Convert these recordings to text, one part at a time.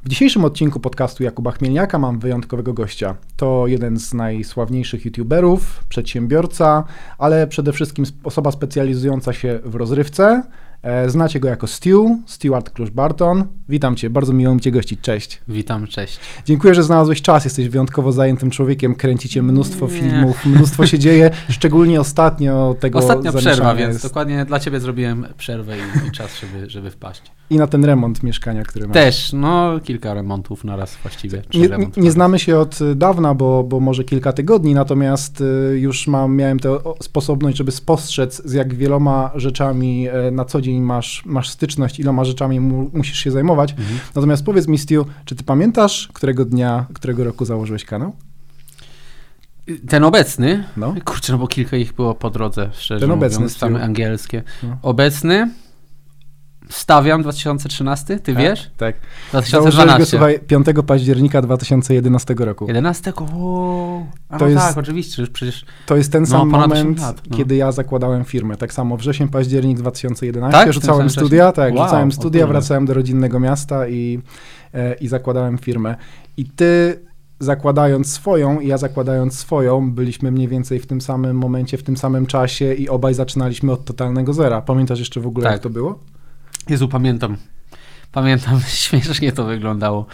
W dzisiejszym odcinku podcastu Jakuba Chmielniaka mam wyjątkowego gościa. To jeden z najsławniejszych youtuberów, przedsiębiorca, ale przede wszystkim osoba specjalizująca się w rozrywce. Znacie go jako Stewart Klusz-Barton. Witam Cię, bardzo miło mi Cię gościć, cześć. Witam, cześć. Dziękuję, że znalazłeś czas, jesteś wyjątkowo zajętym człowiekiem, kręcicie mnóstwo filmów, mnóstwo się dzieje, szczególnie ostatnio tego Ostatnio przerwa, jest. więc dokładnie dla Ciebie zrobiłem przerwę i czas, żeby wpaść. I na ten remont mieszkania, który masz. Też, kilka remontów naraz właściwie. Nie znamy się od dawna, bo może kilka tygodni, natomiast już miałem tę sposobność, żeby spostrzec, z jak wieloma rzeczami na co dzień masz styczność, iloma rzeczami musisz się zajmować. Natomiast powiedz mi, Stu, czy ty pamiętasz, którego roku założyłeś kanał? Ten obecny? No. Kurczę, bo kilka ich było po drodze, szczerze Ten mówiąc, obecny, same angielskie. No. Obecny? Stawiam 2013, ty wiesz? Tak. 2012. Założyłeś go, słuchaj, 5 października 2011 roku. 11? Tak, oczywiście, już przecież... To jest ten sam moment, lat, kiedy ja zakładałem firmę. Tak samo wrzesień, październik 2011. Tak? Rzucałem studia, rzucałem studia, kurde. wracałem do rodzinnego miasta i zakładałem firmę. I ty zakładając swoją i ja zakładając swoją, byliśmy mniej więcej w tym samym momencie, w tym samym czasie i obaj zaczynaliśmy od totalnego zera. Pamiętasz jeszcze w ogóle, jak to było? Jezu, pamiętam, śmiesznie to wyglądało.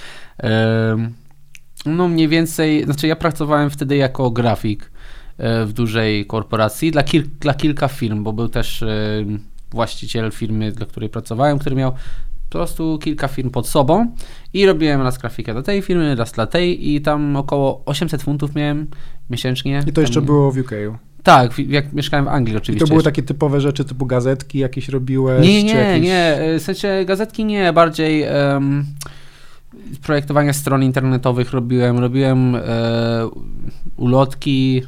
Mniej więcej, ja pracowałem wtedy jako grafik w dużej korporacji dla kilka firm, bo był też właściciel firmy, dla której pracowałem, który miał po prostu kilka firm pod sobą i robiłem raz grafikę dla tej firmy, raz dla tej i tam około 800 funtów miałem miesięcznie. I to jeszcze było w UK-u. Tak, jak mieszkałem w Anglii oczywiście. I to były takie typowe rzeczy typu gazetki jakieś robiłeś? Nie, w sensie gazetki nie, bardziej projektowanie stron internetowych robiłem ulotki,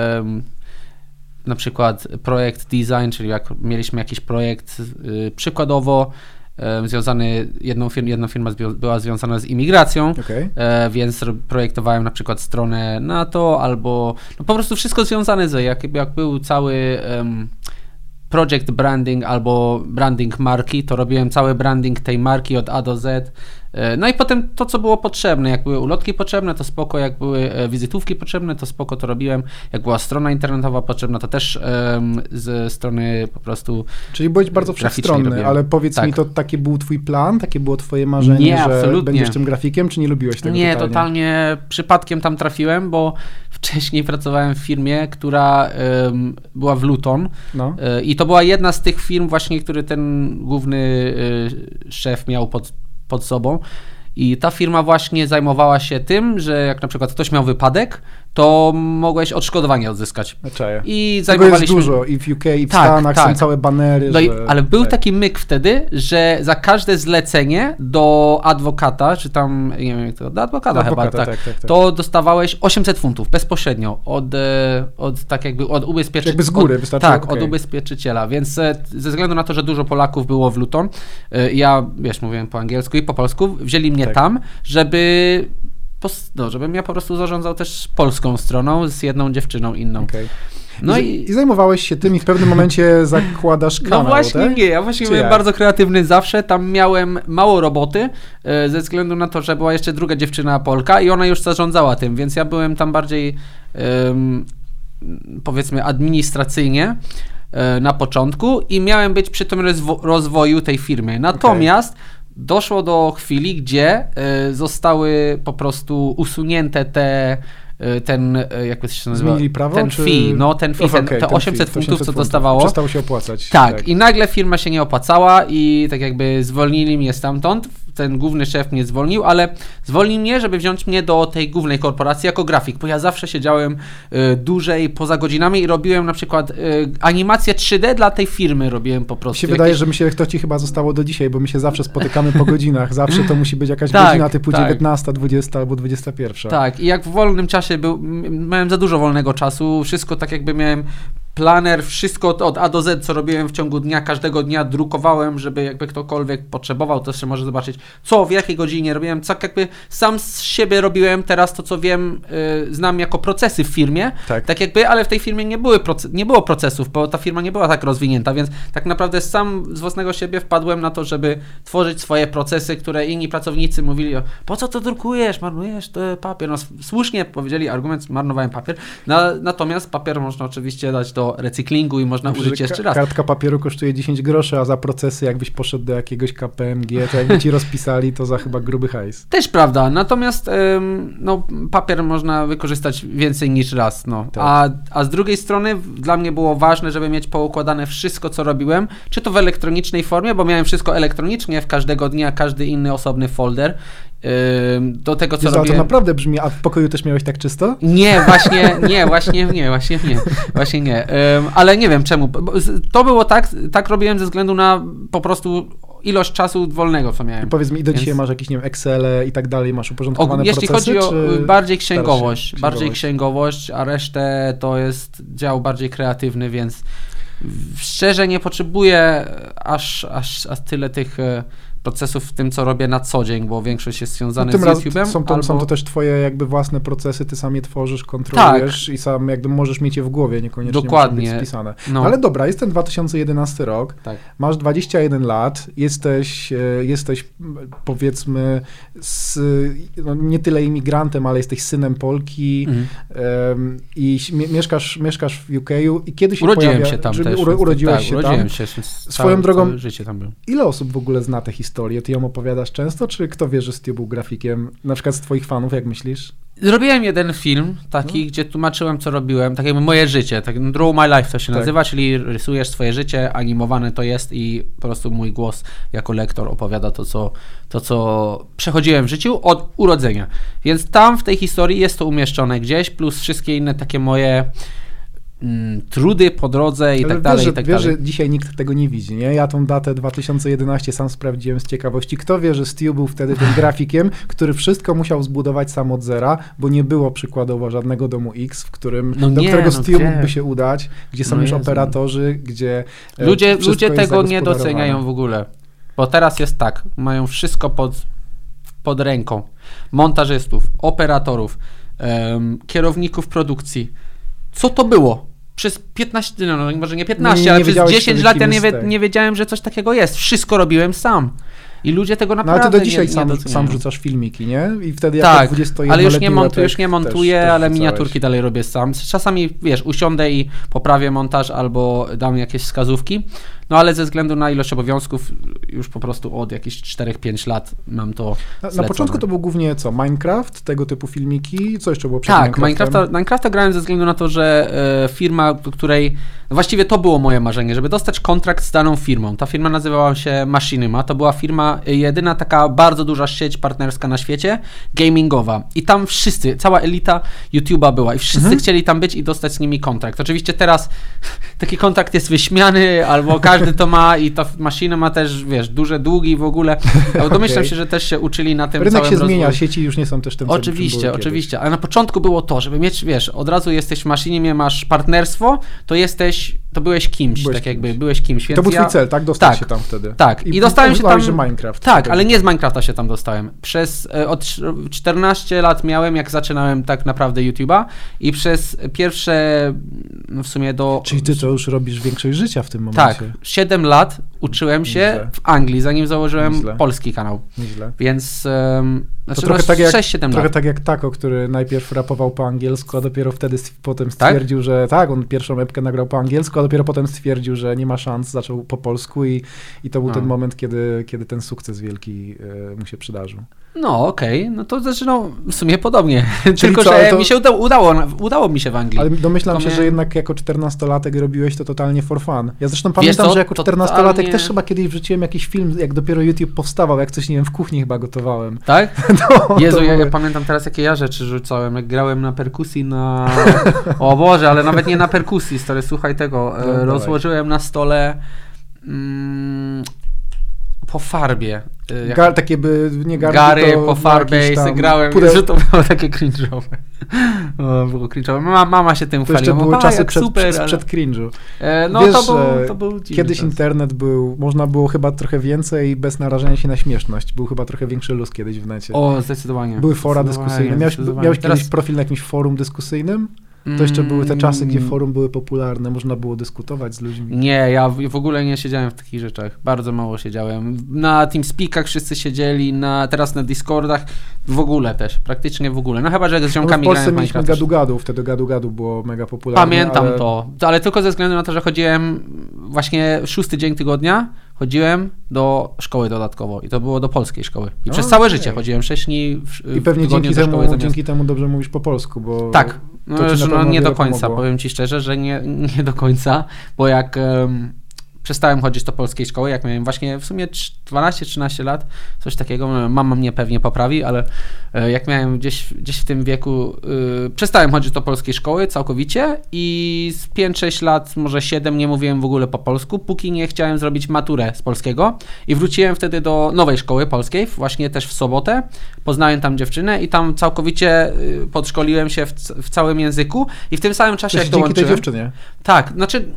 na przykład projekt design, czyli jak mieliśmy jakiś projekt przykładowo związany, jedna firma była związana z imigracją, więc projektowałem na przykład stronę na to, albo po prostu wszystko związane z, jak był cały project branding albo branding marki, to robiłem cały branding tej marki od A do Z. No i potem to, co było potrzebne, jak były ulotki potrzebne, to spoko, jak były wizytówki potrzebne, to spoko, to robiłem. Jak była strona internetowa potrzebna, to też ze strony po prostu. Czyli byłeś bardzo wszechstronny, ale powiedz mi, to taki był twój plan, takie było twoje marzenie, nie, że absolutnie. będziesz tym grafikiem, czy nie lubiłeś tego Nie, totalnie przypadkiem tam trafiłem, bo wcześniej pracowałem w firmie, która była w Luton i to była jedna z tych firm właśnie, który ten główny szef miał pod sobą i ta firma właśnie zajmowała się tym, że jak na przykład ktoś miał wypadek, to mogłeś odszkodowanie odzyskać. I zajmowaliśmy... Tego jest dużo i w UK, i w Stanach są całe banery. Ale był taki myk wtedy, że za każde zlecenie do adwokata, czy tam, nie wiem jak to, do adwokata chyba, to dostawałeś 800 funtów bezpośrednio od ubezpieczyciela. Jakby z góry wystarczyło. Tak, od ubezpieczyciela, więc ze względu na to, że dużo Polaków było w Luton, ja, mówiłem po angielsku i po polsku, wzięli mnie tam, żebym ja po prostu zarządzał też polską stroną z jedną dziewczyną inną. I zajmowałeś się tym i w pewnym momencie zakładasz kanał, nie, ja właśnie byłem bardzo kreatywny zawsze, tam miałem mało roboty, ze względu na to, że była jeszcze druga dziewczyna Polka i ona już zarządzała tym, więc ja byłem tam bardziej powiedzmy administracyjnie na początku i miałem być przy tym rozwoju tej firmy. Natomiast doszło do chwili, gdzie zostały po prostu usunięte jak to się nazywa? Zmienili prawo? Ten fee, te 800 funtów, co dostawało. Przestało się opłacać. Tak, i nagle firma się nie opłacała i tak jakby zwolnili mnie stamtąd. Ten główny szef mnie zwolnił, ale zwolnił mnie, żeby wziąć mnie do tej głównej korporacji jako grafik, bo ja zawsze siedziałem dłużej poza godzinami i robiłem na przykład animację 3D dla tej firmy robiłem po prostu. Mi się wydaje, że to ci chyba zostało do dzisiaj, bo my się zawsze spotykamy po godzinach. Zawsze to musi być jakaś godzina typu 19, 20 albo 21. Tak, i jak w wolnym czasie miałem za dużo wolnego czasu, wszystko tak jakby miałem planer, wszystko od A do Z, co robiłem w ciągu dnia, każdego dnia drukowałem, żeby jakby ktokolwiek potrzebował, to jeszcze może zobaczyć, co, w jakiej godzinie robiłem, co jakby sam z siebie robiłem teraz to, co wiem, znam jako procesy w firmie, tak jakby, ale w tej firmie nie było procesów, bo ta firma nie była tak rozwinięta, więc tak naprawdę sam z własnego siebie wpadłem na to, żeby tworzyć swoje procesy, które inni pracownicy mówili, po co to drukujesz, marnujesz papier, no słusznie powiedzieli argument, marnowałem papier, natomiast papier można oczywiście dać do recyklingu i można użyć jeszcze raz. Kartka papieru kosztuje 10 groszy, a za procesy jakbyś poszedł do jakiegoś KPMG, to jakby ci rozpisali, to za chyba gruby hajs. Też prawda, natomiast papier można wykorzystać więcej niż raz. Tak. A z drugiej strony dla mnie było ważne, żeby mieć poukładane wszystko, co robiłem, czy to w elektronicznej formie, bo miałem wszystko elektronicznie, w każdego dnia każdy inny osobny folder. Do tego, co robię. To naprawdę brzmi, a w pokoju też miałeś tak czysto? Nie, właśnie nie. Ale nie wiem czemu. To było tak robiłem ze względu na po prostu ilość czasu wolnego, co miałem. I powiedz mi, dzisiaj masz jakieś, nie wiem, Excele i tak dalej, masz uporządkowane jeśli procesy? Jeśli chodzi o bardziej księgowość, a resztę to jest dział bardziej kreatywny, więc szczerze nie potrzebuję aż tyle tych procesów w tym, co robię na co dzień, bo większość jest związana z YouTube'em. Są to też twoje jakby własne procesy, ty sam je tworzysz, kontrolujesz i sam jakby możesz mieć je w głowie, niekoniecznie muszą być spisane. No. Ale dobra, jest ten 2011 rok, masz 21 lat, jesteś powiedzmy nie tyle imigrantem, ale jesteś synem Polki i mieszkasz w UK-u i kiedy się urodziłem się tam też. Urodziłeś się tam. Urodziłem się. Swoją drogą, życie tam było. Ile osób w ogóle zna tę historię? Ty ją opowiadasz często, czy kto wie, że Stu był grafikiem? Na przykład z twoich fanów, jak myślisz? Zrobiłem jeden film taki, gdzie tłumaczyłem, co robiłem, tak jakby moje życie, tak Draw My Life to się nazywa, czyli rysujesz swoje życie, animowane to jest i po prostu mój głos jako lektor opowiada to, co przechodziłem w życiu od urodzenia. Więc tam w tej historii jest to umieszczone gdzieś, plus wszystkie inne takie moje trudy po drodze i tak dalej. Wiesz, że dzisiaj nikt tego nie widzi, nie? Ja tą datę 2011 sam sprawdziłem z ciekawości. Kto wie, że Stu był wtedy tym grafikiem, który wszystko musiał zbudować sam od zera, bo nie było przykładowo żadnego domu X, do którego Stu mógłby się udać, gdzie są już operatorzy, gdzie ludzie tego nie doceniają w ogóle. Bo teraz jest tak, mają wszystko pod ręką. Montażystów, operatorów, kierowników produkcji. Co to było? Przez 15, może nie 15, ale przez 10 lat ja nie wiedziałem, że coś takiego jest. Wszystko robiłem sam. I ludzie tego naprawdę ale ty do dzisiaj sam wrzucasz filmiki, nie? I wtedy tak, ale już nie montuję, ale miniaturki dalej robię sam. Czasami, usiądę i poprawię montaż albo dam jakieś wskazówki, ale ze względu na ilość obowiązków już po prostu od jakichś 4-5 lat mam to Na początku to był głównie Minecraft, tego typu filmiki, co jeszcze było przed Minecrafta grałem ze względu na to, że firma, do której właściwie to było moje marzenie, żeby dostać kontrakt z daną firmą. Ta firma nazywała się Machinima, to była firma, jedyna taka bardzo duża sieć partnerska na świecie, gamingowa. I tam wszyscy, cała elita YouTube'a była i wszyscy chcieli tam być i dostać z nimi kontrakt. Oczywiście teraz taki kontrakt jest wyśmiany, albo każdy to ma i ta maszyna ma też, duże długi w ogóle. Domyślam się, że też się uczyli na tym rynek się zmienia, sieci już nie są też tym Oczywiście. Ale na początku było to, żeby mieć, od razu jesteś w maszynie, masz partnerstwo, to byłeś kimś, byłeś kimś. Więc to był twój cel, tak? Dostać się tam wtedy. Tak. I dostałem się tam. Że Minecraft. Tak, ale nie z Minecrafta się tam dostałem. Od 14 lat miałem, jak zaczynałem tak naprawdę YouTube'a i przez pierwsze w sumie Czyli ty to już robisz większość życia w tym momencie. Tak, 7 lat uczyłem się w Anglii, zanim założyłem polski kanał. Nieźle. Więc to trochę tak 6-7 lat. Trochę tak jak Taco, który najpierw rapował po angielsku, a dopiero wtedy potem stwierdził, że on pierwszą epkę nagrał po angielsku, a dopiero potem stwierdził, że nie ma szans, zaczął po polsku i to był ten moment, kiedy ten sukces wielki mu się przydarzył. Okej. To zaczynał w sumie podobnie. Tylko, że mi się udało mi się w Anglii. Ale domyślam się, że jednak jako 14-latek robiłeś to totalnie for fun. Ja zresztą pamiętam, że jako 14-latek też chyba kiedyś wrzuciłem jakiś film, jak dopiero YouTube powstawał, jak coś, nie wiem, w kuchni chyba gotowałem. Tak? Jezu, ja pamiętam teraz, jakie ja rzeczy rzucałem, jak grałem na perkusji o Boże, ale nawet nie na perkusji, stary, słuchaj tego. Rozłożyłem na stole po farbie. Takie by nie Gary to po farbie grałem, że to było takie cringe'owe. Było cringe'owe. Mama się tym chwaliła. To jeszcze były czasy super, przed cringe'u. No wiesz, to był kiedyś czas. internet był, można było chyba trochę więcej bez narażenia się na śmieszność. Był chyba trochę większy luz kiedyś w necie. O, zdecydowanie. Były fora dyskusyjne. Miałeś kiedyś profil na jakimś forum dyskusyjnym? To jeszcze były te czasy, gdzie forum były popularne, można było dyskutować z ludźmi. Nie, ja w ogóle nie siedziałem w takich rzeczach. Bardzo mało siedziałem. Na TeamSpeakach wszyscy siedzieli, teraz na Discordach w ogóle też, praktycznie w ogóle. No chyba, że z ziomkami w Polsce grałem w mieliśmy gadu-gadu, wtedy gadu-gadu było mega popularne. Pamiętam ale tylko ze względu na to, że chodziłem właśnie 6 dzień tygodnia, chodziłem do szkoły dodatkowo i to było do polskiej szkoły. I przez całe życie chodziłem 6 dni I pewnie dzięki temu dobrze mówisz po polsku, bo... Tak, nie do końca, pomogło. Powiem ci szczerze, że nie do końca, bo jak przestałem chodzić do polskiej szkoły, jak miałem właśnie w sumie 12-13 lat, coś takiego, mama mnie pewnie poprawi, ale jak miałem gdzieś w tym wieku, przestałem chodzić do polskiej szkoły całkowicie i z 5-6 lat, może 7 nie mówiłem w ogóle po polsku, póki nie chciałem zrobić maturę z polskiego i wróciłem wtedy do nowej szkoły polskiej, właśnie też w sobotę, poznałem tam dziewczynę i tam całkowicie podszkoliłem się w całym języku i w tym samym czasie jak dołączyłem... Dzięki tej dziewczynie? Tak, znaczy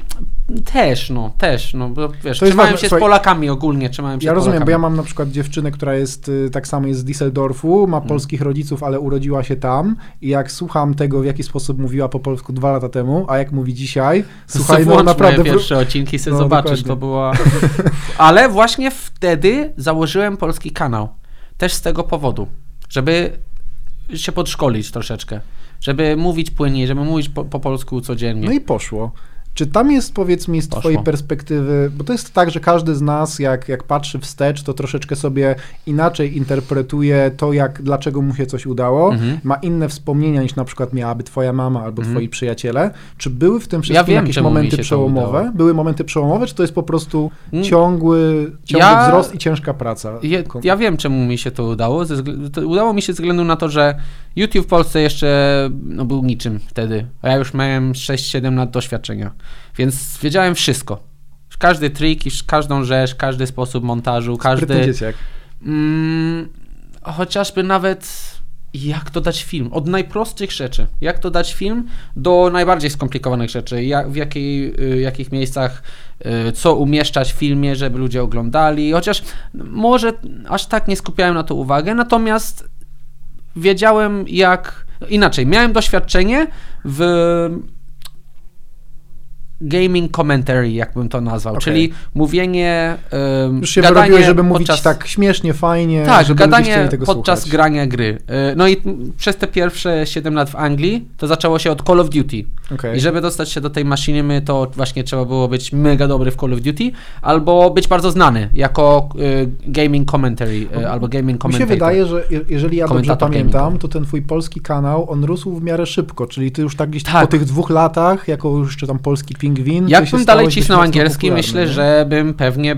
też, bo wiesz, trzymałem się z Polakami ogólnie, Ja rozumiem, bo ja mam na przykład dziewczynę, która jest tak samo jest z Düsseldorfu, ma polskich rodziców, ale urodziła się tam i jak słucham tego, w jaki sposób mówiła po polsku 2 lata temu, a jak mówi dzisiaj, słuchaj, no naprawdę... pierwsze odcinki sobie zobaczysz, to była... Ale właśnie wtedy założyłem polski kanał. Też z tego powodu, żeby się podszkolić troszeczkę, żeby mówić płynniej, żeby mówić po polsku codziennie. No i poszło. Czy tam jest, powiedz mi, z twojej perspektywy, bo to jest tak, że każdy z nas, jak patrzy wstecz, to troszeczkę sobie inaczej interpretuje to, dlaczego mu się coś udało, ma inne wspomnienia niż na przykład miałaby twoja mama albo twoi przyjaciele. Czy były w tym wszystkim jakieś momenty przełomowe? Były momenty przełomowe, czy to jest po prostu ciągły wzrost i ciężka praca? Ja wiem, czemu mi się to udało. Udało mi się ze względu na to, że YouTube w Polsce jeszcze był niczym wtedy, a ja już miałem 6-7 lat doświadczenia, więc wiedziałem wszystko. Każdy trik, każdą rzecz, każdy sposób montażu, każdy... dzieciak. Chociażby nawet jak dodać film. Od najprostszych rzeczy. Jak dodać film do najbardziej skomplikowanych rzeczy. W jakich miejscach co umieszczać w filmie, żeby ludzie oglądali. Chociaż może aż tak nie skupiałem na to uwagę, natomiast wiedziałem inaczej, miałem doświadczenie w gaming commentary, jakbym to nazwał, czyli mówienie, już się wyrobiłeś, żeby mówić tak śmiesznie, fajnie, tak, żeby gadanie tego podczas słuchać. grania gry. No i przez te pierwsze 7 lat w Anglii to zaczęło się od Call of Duty. I żeby dostać się do tej maszyny, to właśnie trzeba było być mega dobry w Call of Duty, albo być bardzo znany jako gaming commentary, albo gaming commentator. Mi się wydaje, że jeżeli ja dobrze pamiętam, to ten twój polski kanał, on rósł w miarę szybko, czyli ty już tak gdzieś po tych 2 latach, jako już jeszcze tam polski pingwin, jakbym dalej cisnął angielski, myślę, że bym pewnie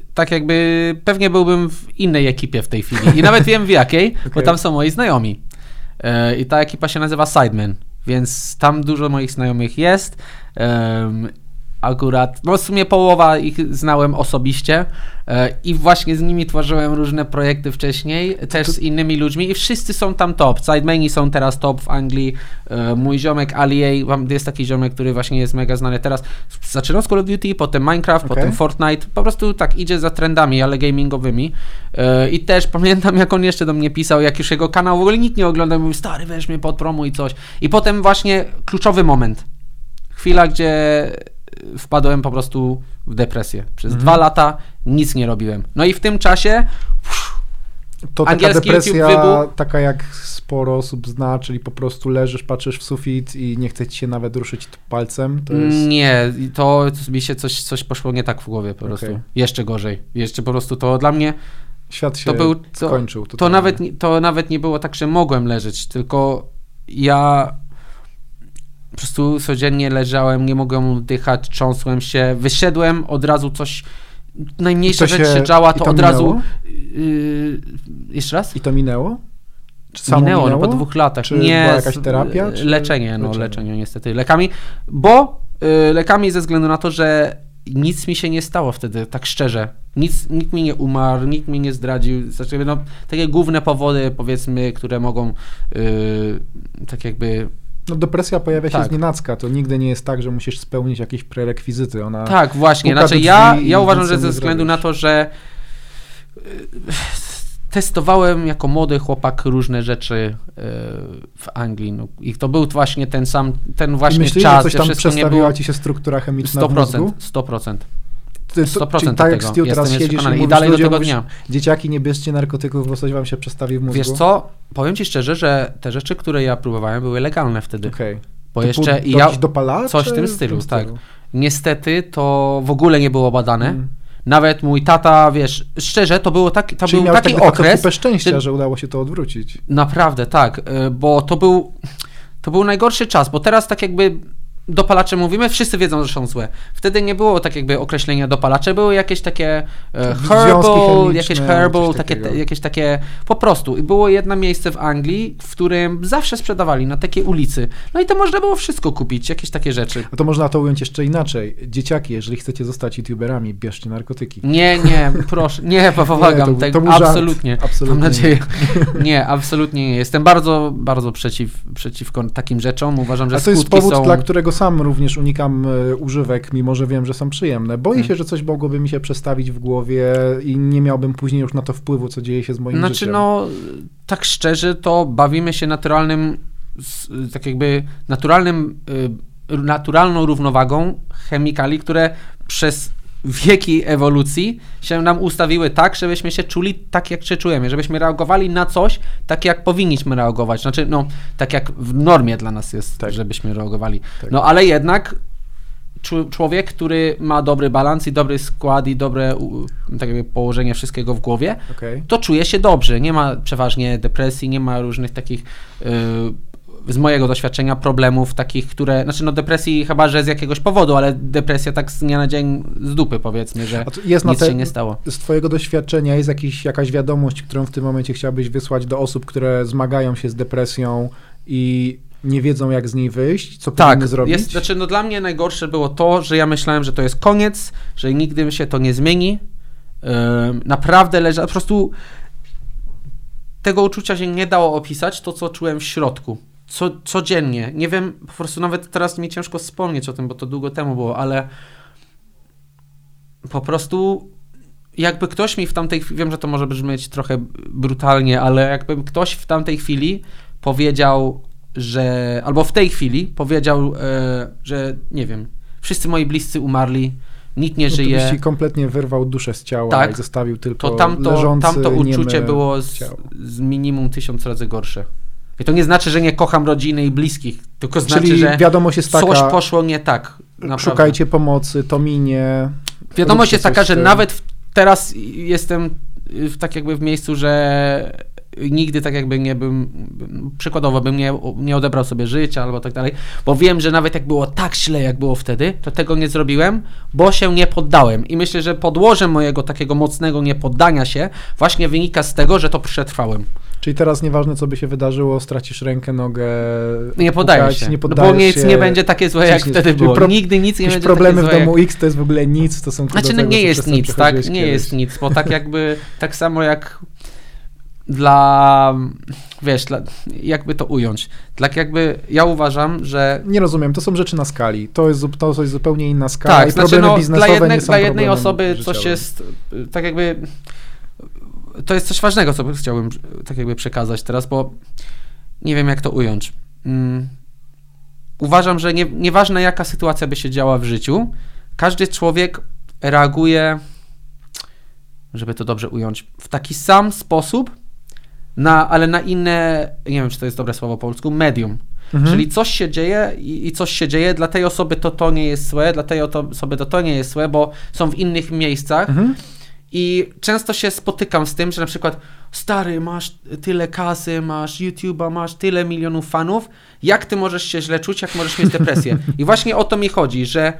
byłbym w innej ekipie w tej chwili. I nawet wiem w jakiej, bo tam są moi znajomi. I ta ekipa się nazywa Sidemen, więc tam dużo moich znajomych jest. Akurat, w sumie połowa ich znałem osobiście i właśnie z nimi tworzyłem różne projekty wcześniej, też z innymi ludźmi i wszyscy są tam top. Sidemani są teraz top w Anglii. Mój ziomek Ali, jest taki ziomek, który właśnie jest mega znany teraz. Zaczynał z Call of Duty, potem Minecraft, potem Fortnite. Po prostu tak idzie za trendami, ale gamingowymi. I też pamiętam, jak on jeszcze do mnie pisał, jak już jego kanał w ogóle nikt nie oglądał, mówił, stary, weź mnie podpromuj coś. I potem właśnie kluczowy moment. Chwila, gdzie wpadłem po prostu w depresję. Przez 2 lata nic nie robiłem. No i w tym czasie to taka depresja, taka jak sporo osób zna, czyli po prostu leżysz, patrzysz w sufit i nie chce ci się nawet ruszyć palcem? To jest... Nie, to mi się coś poszło nie tak w głowie po prostu. Jeszcze gorzej. Jeszcze po prostu to dla mnie... Świat się skończył. To nawet nie było tak, że mogłem leżeć, tylko ja... Po prostu codziennie leżałem, nie mogłem oddychać, trząsłem się, wyszedłem, od razu coś, najmniejsza rzecz się działa, to od razu... jeszcze raz? I to minęło? Czy samo minęło? No po 2 latach. Czy była jakaś terapia? Leczenie niestety lekami, bo lekami ze względu na to, że nic mi się nie stało wtedy, tak szczerze. Nikt mi nie umarł, nikt mi nie zdradził. Znaczy, no, takie główne powody, powiedzmy, które mogą tak jakby... No depresja pojawia się znienacka, to nigdy nie jest tak, że musisz spełnić jakieś prerekwizyty. Ona tak, właśnie. Znaczy ja uważam, że ze względu na to, że testowałem jako młody chłopak różne rzeczy w Anglii. No, i to był właśnie ten właśnie myślisz, czas. Że coś tam przestawiła ci się struktura chemiczna 100%, w mózgu? 100%. 100% czyli tak jak Stu teraz siedzisz i dalej ludziom, do tego dnia. Dzieciaki, nie bierzcie narkotyków, bo coś wam się przestawi w mózgu. Wiesz co, powiem ci szczerze, że te rzeczy, które ja próbowałem, były legalne wtedy. Okay. Bo jeszcze dopalacze? Coś w tym stylu, tak. Niestety to w ogóle nie było badane. Nawet mój tata, wiesz, szczerze, to był taki okres... Kupę szczęścia, że udało się to odwrócić. Naprawdę, tak, bo to był najgorszy czas, bo teraz tak jakby dopalacze mówimy, wszyscy wiedzą, że są złe. Wtedy nie było tak jakby określenia dopalacze, były jakieś takie jakieś takie po prostu. I było jedno miejsce w Anglii, w którym zawsze sprzedawali na takiej ulicy. No i to można było wszystko kupić, jakieś takie rzeczy. No to można to ująć jeszcze inaczej. Dzieciaki, jeżeli chcecie zostać youtuberami, bierzcie narkotyki. Nie, proszę, nie, pomagam. To absolutnie. Mam nadzieję. Nie, absolutnie nie. Jestem bardzo, bardzo przeciwko takim rzeczom. Uważam, że to jest powód, dla którego sam również unikam używek, mimo że wiem, że są przyjemne. Boję się, że coś mogłoby mi się przestawić w głowie i nie miałbym później już na to wpływu, co dzieje się z moim życiem. No, tak szczerze, to bawimy się naturalną równowagą chemikali, które przez wieki ewolucji się nam ustawiły tak, żebyśmy się czuli tak, jak się czujemy, żebyśmy reagowali na coś tak, jak powinniśmy reagować. Znaczy, no, tak jak w normie dla nas jest, żebyśmy reagowali. Tak. No, ale jednak człowiek, który ma dobry balans i dobry skład i dobre tak jakby położenie wszystkiego w głowie, to czuje się dobrze. Nie ma przeważnie depresji, nie ma różnych takich z mojego doświadczenia problemów takich, depresji chyba, że z jakiegoś powodu, ale depresja tak z dnia na dzień z dupy, powiedzmy, że nic się nie stało. Z twojego doświadczenia jest jakaś wiadomość, którą w tym momencie chciałbyś wysłać do osób, które zmagają się z depresją i nie wiedzą, jak z niej wyjść? Co powinny zrobić? Dla mnie najgorsze było to, że ja myślałem, że to jest koniec, że nigdy się to nie zmieni. Naprawdę po prostu tego uczucia się nie dało opisać, to co czułem w środku. Codziennie. Nie wiem, po prostu nawet teraz mi ciężko wspomnieć o tym, bo to długo temu było, ale po prostu jakby ktoś mi w tamtej chwili, wiem, że to może brzmieć trochę brutalnie, ale jakby ktoś w tamtej chwili powiedział, albo w tej chwili powiedział, że nie wiem, wszyscy moi bliscy umarli, nikt nie żyje. To byś ci kompletnie wyrwał duszę z ciała i zostawił tylko leżący, tamto uczucie było z minimum 1000 razy gorsze. I to nie znaczy, że nie kocham rodziny i bliskich, tylko znaczy, że wiadomość jest taka, coś poszło nie tak. Naprawdę. Szukajcie pomocy, to minie. Wiadomość jest taka, że nawet teraz jestem tak jakby w miejscu, że nigdy tak jakby nie bym, przykładowo bym nie odebrał sobie życia albo tak dalej, bo wiem, że nawet jak było tak źle, jak było wtedy, to tego nie zrobiłem, bo się nie poddałem. I myślę, że podłoże mojego takiego mocnego niepoddania się właśnie wynika z tego, że to przetrwałem. Czyli teraz nieważne, co by się wydarzyło, stracisz rękę, nogę, nie poddaję się, bo nic nie będzie takie złe, jak wtedy było. Nigdy nic nie będzie problemy takie złe, w domu X to jest w ogóle nic, to są... Znaczy, nie jest nic, tak? Nie jest nic, bo tak jakby, tak samo jak jakby to ująć. Tak jakby ja uważam, że... Nie rozumiem, to są rzeczy na skali. To jest zupełnie inna skala. Tak, i problemy biznesowe nie są dla jednej osoby coś jest, tak jakby... To jest coś ważnego, co chciałbym tak jakby przekazać teraz, bo nie wiem, jak to ująć. Uważam, że nieważne jaka sytuacja by się działa w życiu, każdy człowiek reaguje, żeby to dobrze ująć, w taki sam sposób, ale na inne, nie wiem, czy to jest dobre słowo po polsku, medium. Czyli coś się dzieje i coś się dzieje, dla tej osoby to nie jest złe, dla tej osoby to nie jest złe, bo są w innych miejscach. I często się spotykam z tym, że na przykład stary, masz tyle kasy, masz YouTube'a, masz tyle milionów fanów, jak ty możesz się źle czuć, jak możesz mieć depresję? I właśnie o to mi chodzi, że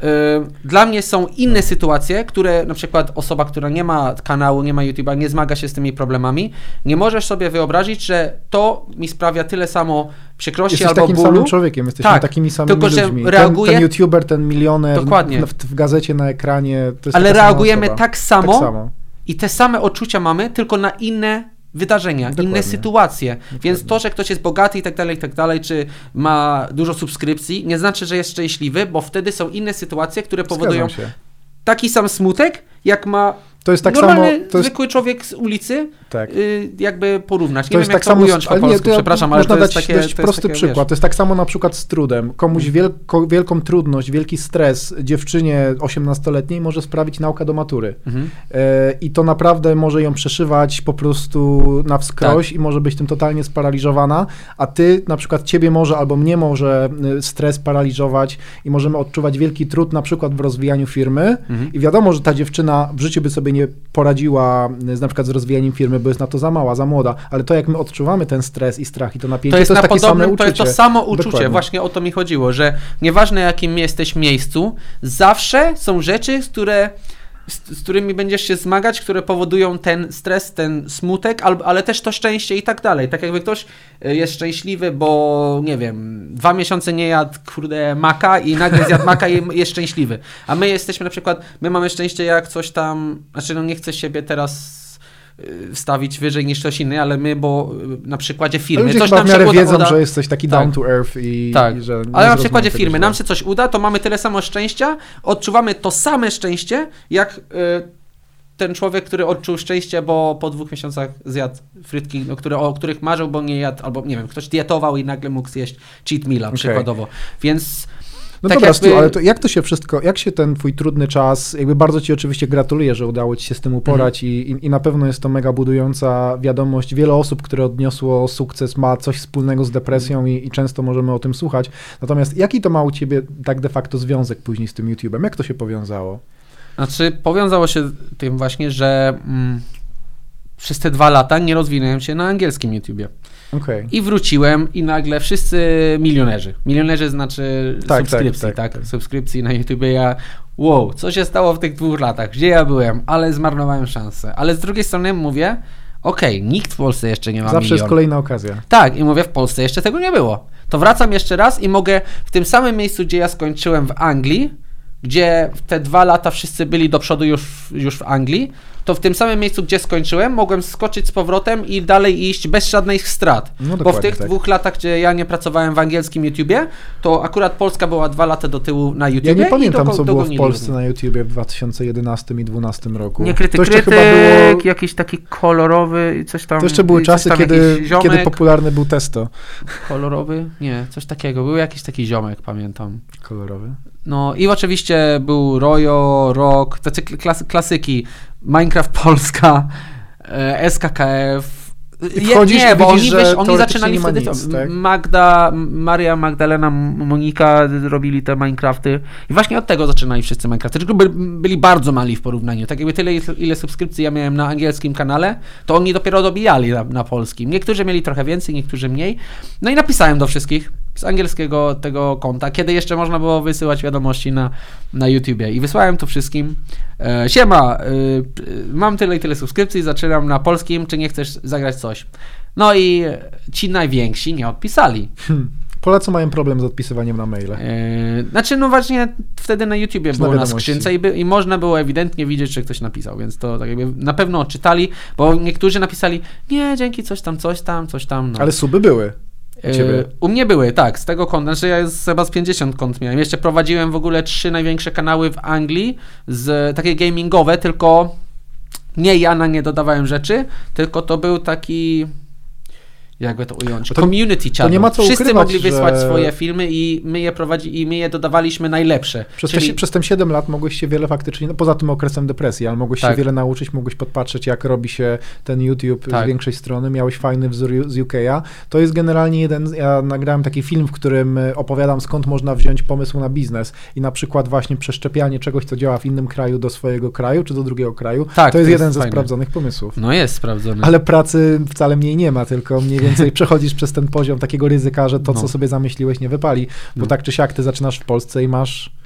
dla mnie są inne sytuacje, które na przykład osoba, która nie ma kanału, nie ma YouTube'a, nie zmaga się z tymi problemami, nie możesz sobie wyobrazić, że to mi sprawia tyle samo przykrości jesteś albo takim bólu. samym człowiekiem, jesteśmy takimi samymi tylko, że ludźmi. Reaguje... Ten YouTuber, ten milioner Dokładnie. w gazecie, na ekranie, to jest ale taka sama reagujemy osoba. tak samo i te same odczucia mamy, tylko na inne wydarzenia, Dokładnie. inne sytuacje. Więc to, że ktoś jest bogaty i tak dalej, czy ma dużo subskrypcji, nie znaczy, że jest szczęśliwy, bo wtedy są inne sytuacje, które powodują taki sam smutek, jak ma to jest tak normalny, samo, to jest... zwykły człowiek z ulicy, jakby porównać. Nie to wiem, jest jak tak to samo, ująć po polsku, przepraszam, ale to jest takie... dość prosty przykład. To jest tak samo na przykład z trudem. Komuś wielką trudność, wielki stres dziewczynie 18-letniej może sprawić nauka do matury. I to naprawdę może ją przeszywać po prostu na wskroś i może być tym totalnie sparaliżowana, a ty, na przykład ciebie może albo mnie może stres paraliżować i możemy odczuwać wielki trud na przykład w rozwijaniu firmy i wiadomo, że ta dziewczyna w życiu by sobie nie poradziła na przykład z rozwijaniem firmy, bo jest na to za mała, za młoda, ale to jak my odczuwamy ten stres i strach i to napięcie, to jest takie same uczucie. To jest to samo uczucie, Dokładnie. właśnie o to mi chodziło, że nieważne jakim jesteś miejscu, zawsze są rzeczy, z którymi będziesz się zmagać, które powodują ten stres, ten smutek, ale też to szczęście i tak dalej. Tak jakby ktoś jest szczęśliwy, bo nie wiem, 2 miesiące nie jadł maka i nagle zjadł maka i jest szczęśliwy. A my jesteśmy na przykład, my mamy szczęście jak coś tam, znaczy nie chcę siebie teraz stawić wyżej niż ktoś inny, ale my, bo na przykładzie firmy... Ludzie coś nam się wiedzą, uda, że jesteś taki down to earth i że... Ale na przykładzie firmy nam się coś uda, to mamy tyle samo szczęścia, odczuwamy to same szczęście, jak ten człowiek, który odczuł szczęście, bo po 2 miesiącach zjadł frytki, o których marzył, bo nie jadł, albo nie wiem, ktoś dietował i nagle mógł zjeść cheat meala przykładowo. Więc... No tak dobra, ale to jak to się wszystko, jak się ten twój trudny czas, jakby bardzo ci oczywiście gratuluję, że udało ci się z tym uporać i na pewno jest to mega budująca wiadomość. Wiele osób, które odniosło sukces, ma coś wspólnego z depresją i często możemy o tym słuchać. Natomiast jaki to ma u ciebie tak de facto związek później z tym YouTube'em? Jak to się powiązało? Znaczy, powiązało się tym właśnie, że przez te 2 lata nie rozwinąłem się na angielskim YouTubie. Okay. I wróciłem i nagle wszyscy milionerzy. Milionerzy znaczy subskrypcji, tak? Subskrypcji na YouTubie. Wow, co się stało w tych 2 latach? Gdzie ja byłem? Ale zmarnowałem szansę. Ale z drugiej strony mówię, nikt w Polsce jeszcze nie ma Zawsze jest kolejna okazja. Tak, i mówię, w Polsce jeszcze tego nie było. To wracam jeszcze raz i mogę w tym samym miejscu, gdzie ja skończyłem w Anglii, gdzie te 2 lata wszyscy byli do przodu już w Anglii, to w tym samym miejscu, gdzie skończyłem, mogłem skoczyć z powrotem i dalej iść bez żadnych strat. No bo w tych 2 latach, gdzie ja nie pracowałem w angielskim YouTubie, to akurat Polska była 2 lata do tyłu na YouTubie. Ja nie pamiętam, co było w Polsce na YouTubie w 2011 i 2012 roku. Nie krytyk, chyba było... jakiś taki kolorowy i coś tam. To jeszcze były czasy, kiedy popularny był Testo. Kolorowy? Nie, coś takiego. Był jakiś taki ziomek, pamiętam. Kolorowy? No i oczywiście był Rojo, Rock, tacy klasyki, Minecraft Polska, SKKF. Nie, bo oni zaczynali wtedy nic, tak? Maria, Magdalena, Monika robili te Minecrafty i właśnie od tego zaczynali wszyscy Minecrafty, tylko byli bardzo mali w porównaniu. Tak jakby tyle, ile subskrypcji ja miałem na angielskim kanale, to oni dopiero dobijali na polskim. Niektórzy mieli trochę więcej, niektórzy mniej. No i napisałem do wszystkich z angielskiego tego konta, kiedy jeszcze można było wysyłać wiadomości na YouTubie i wysłałem to wszystkim. Siema, mam tyle i tyle subskrypcji, zaczynam na polskim, czy nie chcesz zagrać coś? No i ci najwięksi nie odpisali. Polacy mają problem z odpisywaniem na maile. Znaczy, no właśnie wtedy na YouTubie było na skrzynce i można było ewidentnie widzieć, że ktoś napisał, więc to tak jakby na pewno odczytali, bo niektórzy napisali, nie, dzięki, coś tam. No. Ale suby były. U mnie były, tak, z tego konta, że ja chyba z 50 kont miałem. Jeszcze prowadziłem w ogóle 3 największe kanały w Anglii, takie gamingowe, tylko nie ja na nie dodawałem rzeczy, tylko to był taki... Jakby to ująć? Community channel. To nie ma co Wszyscy ukrywać, mogli wysłać swoje filmy i my je dodawaliśmy najlepsze. Przez te 7 lat mogłeś się wiele faktycznie, no poza tym okresem depresji, ale mogłeś się wiele nauczyć, mogłeś podpatrzeć, jak robi się ten YouTube z większej strony. Miałeś fajny wzór z UK-a. To jest generalnie ja nagrałem taki film, w którym opowiadam, skąd można wziąć pomysł na biznes i na przykład właśnie przeszczepianie czegoś, co działa w innym kraju do swojego kraju, czy do drugiego kraju. To jest jeden ze sprawdzonych pomysłów. No jest sprawdzony. Ale pracy wcale mniej nie ma, tylko mniej więcej przechodzisz przez ten poziom takiego ryzyka, że to, co sobie zamyśliłeś, nie wypali, bo tak czy siak ty zaczynasz w Polsce i masz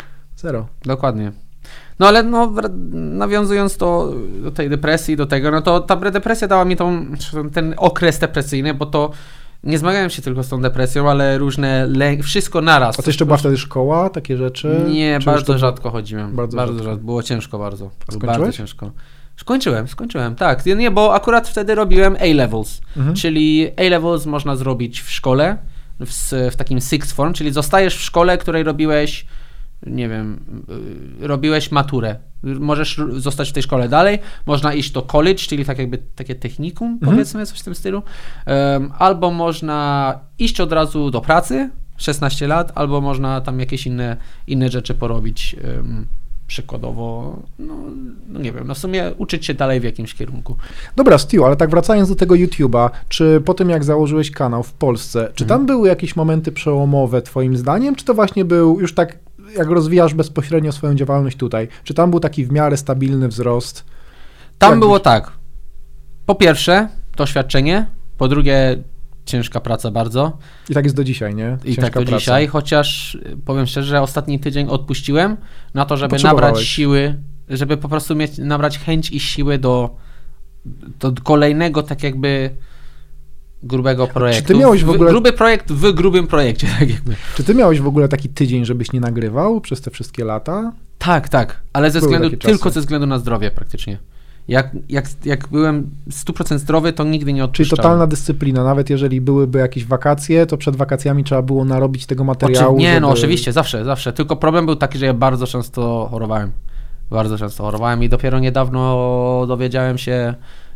Zero. Dokładnie. No ale nawiązując do tej depresji, do tego, no to ta depresja dała mi ten okres depresyjny, bo to nie zmagałem się tylko z tą depresją, ale różne wszystko naraz. A to jeszcze była wtedy szkoła, takie rzeczy? Nie, bardzo rzadko chodziłem. Bardzo rzadko. Było ciężko bardzo. Skończyłeś? Bardzo ciężko. Skończyłem, tak. Nie, bo akurat wtedy robiłem A-levels, czyli A-levels można zrobić w szkole, w takim sixth form, czyli zostajesz w szkole, której robiłeś, nie wiem, robiłeś maturę. Możesz zostać w tej szkole dalej, można iść do college, czyli tak jakby takie technikum, powiedzmy, coś w tym stylu, albo można iść od razu do pracy, 16 lat, albo można tam jakieś inne rzeczy porobić, przykładowo, no nie wiem, w sumie uczyć się dalej w jakimś kierunku. Dobra, Stu, ale tak wracając do tego YouTube'a, czy po tym jak założyłeś kanał w Polsce, czy tam były jakieś momenty przełomowe twoim zdaniem, czy to właśnie był już tak, jak rozwijasz bezpośrednio swoją działalność tutaj, czy tam był taki w miarę stabilny wzrost? Tam było tak, po pierwsze doświadczenie, po drugie ciężka praca bardzo. I tak jest do dzisiaj, nie? I tak do dzisiaj, chociaż powiem szczerze, że ostatni tydzień odpuściłem na to, żeby nabrać siły, żeby po prostu nabrać chęć i siły do kolejnego tak jakby grubego projektu. Czy ty miałeś w ogóle... Gruby projekt w grubym projekcie, tak jakby. Czy ty miałeś w ogóle taki tydzień, żebyś nie nagrywał przez te wszystkie lata? Tak, ale tylko ze względu na zdrowie praktycznie. Jak byłem 100% zdrowy, to nigdy nie odpuszczałem. Czyli totalna dyscyplina, nawet jeżeli byłyby jakieś wakacje, to przed wakacjami trzeba było narobić tego materiału. No oczywiście, zawsze. Tylko problem był taki, że ja bardzo często chorowałem i dopiero niedawno dowiedziałem się,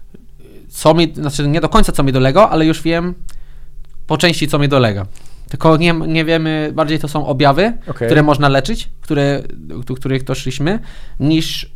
nie do końca co mi dolega, ale już wiem po części co mi dolega. Tylko nie wiemy, bardziej to są objawy, które można leczyć, do których doszliśmy, niż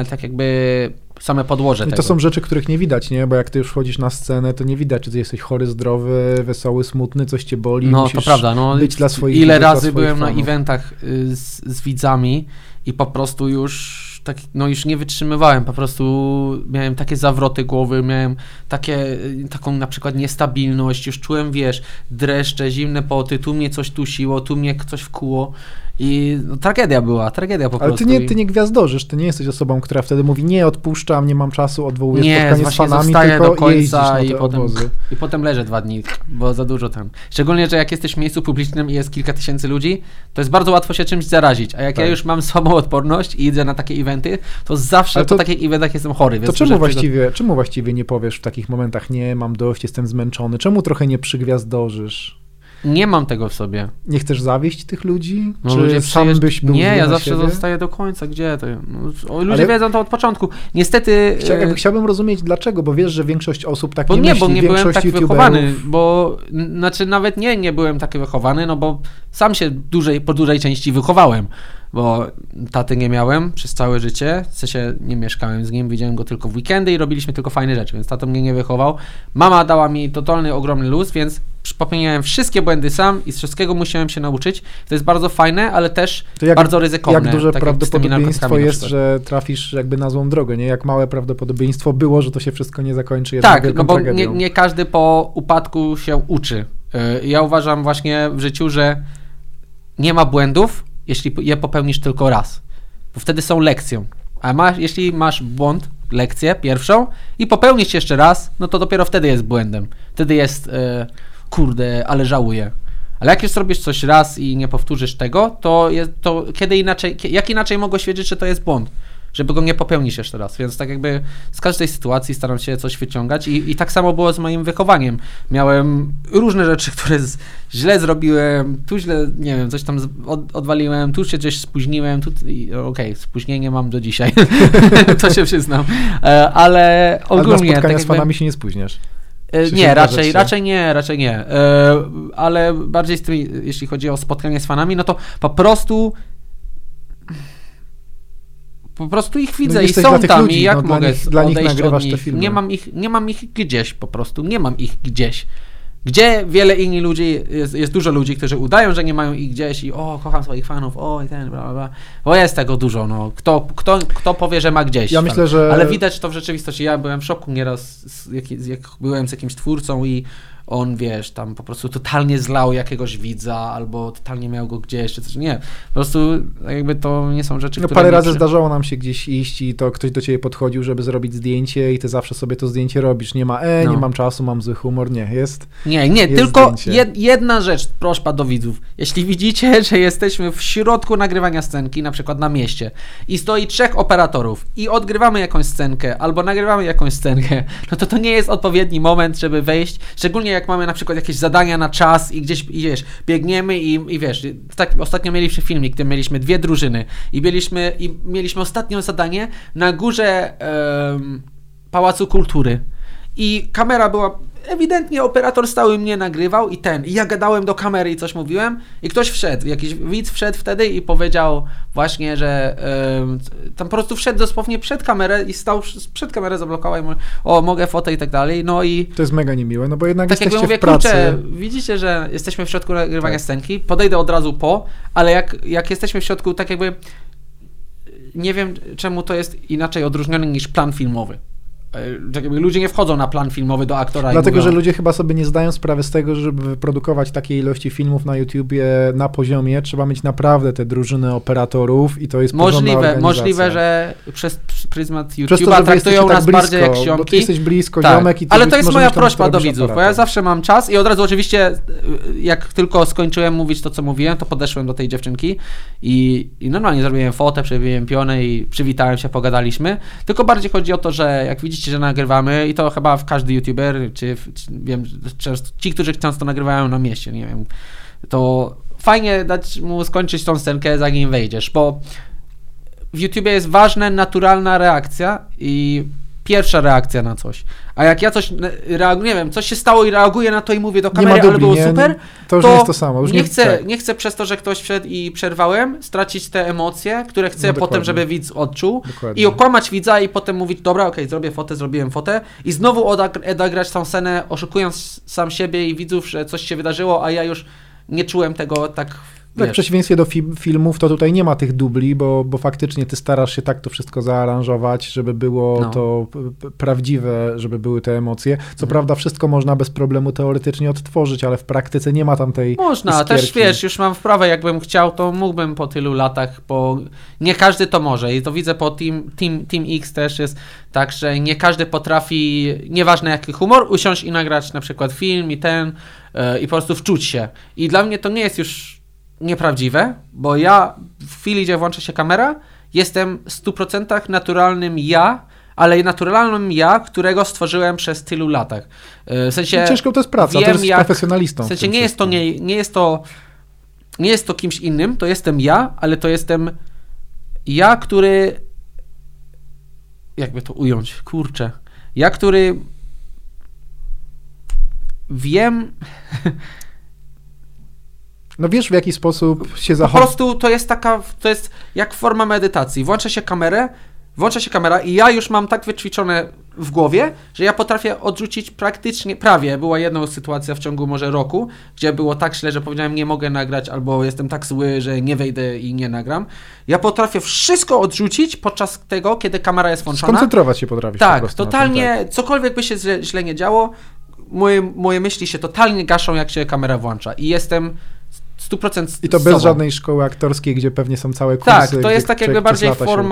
same podłoże tego. To są rzeczy, których nie widać, nie? Bo jak ty już wchodzisz na scenę, to nie widać, czy ty jesteś chory, zdrowy, wesoły, smutny, coś cię boli. No musisz to prawda. być dla swoich ile razy byłem fanów. na eventach z widzami i po prostu już nie wytrzymywałem, po prostu miałem takie zawroty głowy, miałem taką na przykład niestabilność, już czułem, dreszcze, zimne poty, tu mnie coś dusiło, tu mnie coś wkuło i tragedia po prostu. Ale ty nie gwiazdorzysz, ty nie jesteś osobą, która wtedy mówi, nie odpuszczam, nie mam czasu, odwołuję spotkanie z fanami, tylko do końca i potem leżę 2 dni, bo za dużo tam. Szczególnie, że jak jesteś w miejscu publicznym i jest kilka tysięcy ludzi, to jest bardzo łatwo się czymś zarazić, a jak ja już mam słabą odporność i idę na takie eventy, to zawsze po takich eventach jestem chory. To czemu właściwie nie powiesz w takich momentach, nie, mam dość, jestem zmęczony, czemu trochę nie przygwiazdorzysz? Nie mam tego w sobie. Nie chcesz zawieść tych ludzi? No, czy sam byś był Nie, ja zawsze siebie? zostaję do końca. Gdzie to? Ludzie wiedzą to od początku. Niestety... Chciałbym rozumieć dlaczego, bo wiesz, że większość osób tak nie myśli. Bo nie byłem tak YouTuberów... wychowany, nawet nie byłem tak wychowany, no bo sam się po dużej części wychowałem, bo taty nie miałem przez całe życie, w sensie nie mieszkałem z nim, widziałem go tylko w weekendy i robiliśmy tylko fajne rzeczy, więc tato mnie nie wychował. Mama dała mi totalny, ogromny luz, więc popełniałem wszystkie błędy sam i z wszystkiego musiałem się nauczyć. To jest bardzo fajne, ale też bardzo ryzykowne. Jak duże prawdopodobieństwo jest, że trafisz jakby na złą drogę, nie? Jak małe prawdopodobieństwo było, że to się wszystko nie zakończy jedną wielką tragedią. Tak, bo nie każdy po upadku się uczy. Ja uważam właśnie w życiu, że nie ma błędów, jeśli je popełnisz tylko raz, bo wtedy są lekcją. A jeśli masz błąd, lekcję pierwszą i popełnisz jeszcze raz, no to dopiero wtedy jest błędem. Wtedy jest, ale żałuję. Ale jak już zrobisz coś raz i nie powtórzysz tego, to jak inaczej mogło świadczyć, że to jest błąd? Żeby go nie popełnić jeszcze raz, więc tak jakby z każdej sytuacji staram się coś wyciągać i tak samo było z moim wychowaniem. Miałem różne rzeczy, które źle zrobiłem, tu źle, nie wiem, coś tam odwaliłem, tu się gdzieś spóźniłem, spóźnienie mam do dzisiaj, to się przyznam, ale ogólnie... Ale na spotkania z fanami się nie spóźniasz? Nie, raczej nie, ale bardziej z tymi, jeśli chodzi o spotkanie z fanami, no to po prostu ich widzę i są tam ludzi, i jak mogę dla nich nagrywasz te filmy. Nie mam ich gdzieś po prostu, nie mam ich gdzieś. Gdzie wiele innych ludzi, jest dużo ludzi, którzy udają, że nie mają ich gdzieś i kocham swoich fanów, i ten, bla, bla. Bo jest tego dużo, no. Kto powie, że ma gdzieś. Ja myślę, że... Ale widać to w rzeczywistości. Ja byłem w szoku nieraz, jak byłem z jakimś twórcą i on, wiesz, tam po prostu totalnie zlał jakiegoś widza, albo totalnie miał go gdzieś, czy coś, nie. Po prostu jakby to nie są rzeczy, które... Parę razy zdarzało nam się gdzieś iść i to ktoś do ciebie podchodził, żeby zrobić zdjęcie i ty zawsze sobie to zdjęcie robisz. Nie ma, nie mam czasu, mam zły humor, nie, jest. Nie, tylko jedna rzecz, prośba do widzów. Jeśli widzicie, że jesteśmy w środku nagrywania scenki, na przykład na mieście i stoi 3 operatorów i odgrywamy jakąś scenkę albo nagrywamy jakąś scenkę, no to nie jest odpowiedni moment, żeby wejść, szczególnie jak mamy na przykład jakieś zadania na czas i gdzieś, wiesz, biegniemy i wiesz, tak, ostatnio mieliśmy filmik, gdzie mieliśmy 2 drużyny i mieliśmy ostatnie zadanie na górze Pałacu Kultury i kamera była, ewidentnie operator stały mnie nagrywał i ja gadałem do kamery i coś mówiłem i ktoś wszedł, jakiś widz wszedł wtedy i powiedział właśnie, że tam po prostu wszedł dosłownie przed kamerę i stał przed kamerę, zablokował i mówi, mogę fotę i tak dalej, no i... To jest mega niemiłe, no bo jednak tak jesteście mówię, w pracy. Kurczę, widzicie, że jesteśmy w środku nagrywania scenki, podejdę od razu ale jak jesteśmy w środku, tak jakby nie wiem czemu to jest inaczej odróżnione niż plan filmowy. Tak jakby ludzie nie wchodzą na plan filmowy do aktora. Dlatego, że ludzie chyba sobie nie zdają sprawy z tego, że żeby wyprodukować takiej ilości filmów na YouTubie na poziomie, trzeba mieć naprawdę te drużyny operatorów i to jest możliwe, że przez pryzmat YouTube'a traktują nas blisko, bardziej jak ziomki. Bo ty jesteś blisko, tak. ziomek i ty ale to jest moja prośba do widzów, bo ja zawsze mam czas i od razu oczywiście, jak tylko skończyłem mówić to, co mówiłem, to podeszłem do tej dziewczynki i normalnie zrobiłem fotę, przebiłem pionę i przywitałem się, pogadaliśmy. Tylko bardziej chodzi o to, że jak widzicie, że nagrywamy i to chyba w każdy YouTuber, czy wiem, ci, którzy często nagrywają na mieście, nie wiem, to fajnie dać mu skończyć tą scenkę, zanim wejdziesz, bo w YouTubie jest ważna, naturalna reakcja i pierwsza reakcja na coś. A jak ja coś nie wiem, coś się stało i reaguję na to i mówię do kamery, ale było super, to już nie jest to samo. Już nie chcę przez to, że ktoś wszedł i przerwałem, stracić te emocje, które chcę potem, żeby widz odczuł i okłamać widza i potem mówić, dobra, okej, zrobiłem fotę i znowu odegrać tą scenę, oszukując sam siebie i widzów, że coś się wydarzyło, a ja już nie czułem tego tak... Tak, w przeciwieństwie do filmów, to tutaj nie ma tych dubli, bo faktycznie ty starasz się tak to wszystko zaaranżować, żeby było to prawdziwe, żeby były te emocje. Co prawda wszystko można bez problemu teoretycznie odtworzyć, ale w praktyce nie ma tam tej Można, iskierki. też wiesz, już mam wprawę, jakbym chciał, to mógłbym po tylu latach, bo nie każdy to może i to widzę po Team X też jest tak, że nie każdy potrafi, nieważne jaki humor, usiąść i nagrać na przykład film i po prostu wczuć się. I dla mnie to nie jest już nieprawdziwe, bo ja w chwili, gdzie włącza się kamera, jestem w 100% naturalnym ja, ale naturalnym ja, którego stworzyłem przez tylu latach. W sensie ciężko to jest praca, to jest profesjonalistą. W sensie nie jest to kimś innym, to jestem ja, ale to jestem ja, który jakby to ująć, kurczę. Ja, który wiem... No wiesz, w jaki sposób się zachować. Po prostu to jest jak forma medytacji. Włącza się kamera i ja już mam tak wyćwiczone w głowie, że ja potrafię odrzucić prawie. Była jedna sytuacja w ciągu może roku, gdzie było tak źle, że powiedziałem, nie mogę nagrać, albo jestem tak zły, że nie wejdę i nie nagram. Ja potrafię wszystko odrzucić podczas tego, kiedy kamera jest włączona. Skoncentrować się potrafisz. Tak, po prostu totalnie, tym, tak. Cokolwiek by się źle nie działo, moje myśli się totalnie gaszą, jak się kamera włącza i jestem 100% I to bez żadnej szkoły aktorskiej, gdzie pewnie są całe kursy. Tak, to jest tak jakby bardziej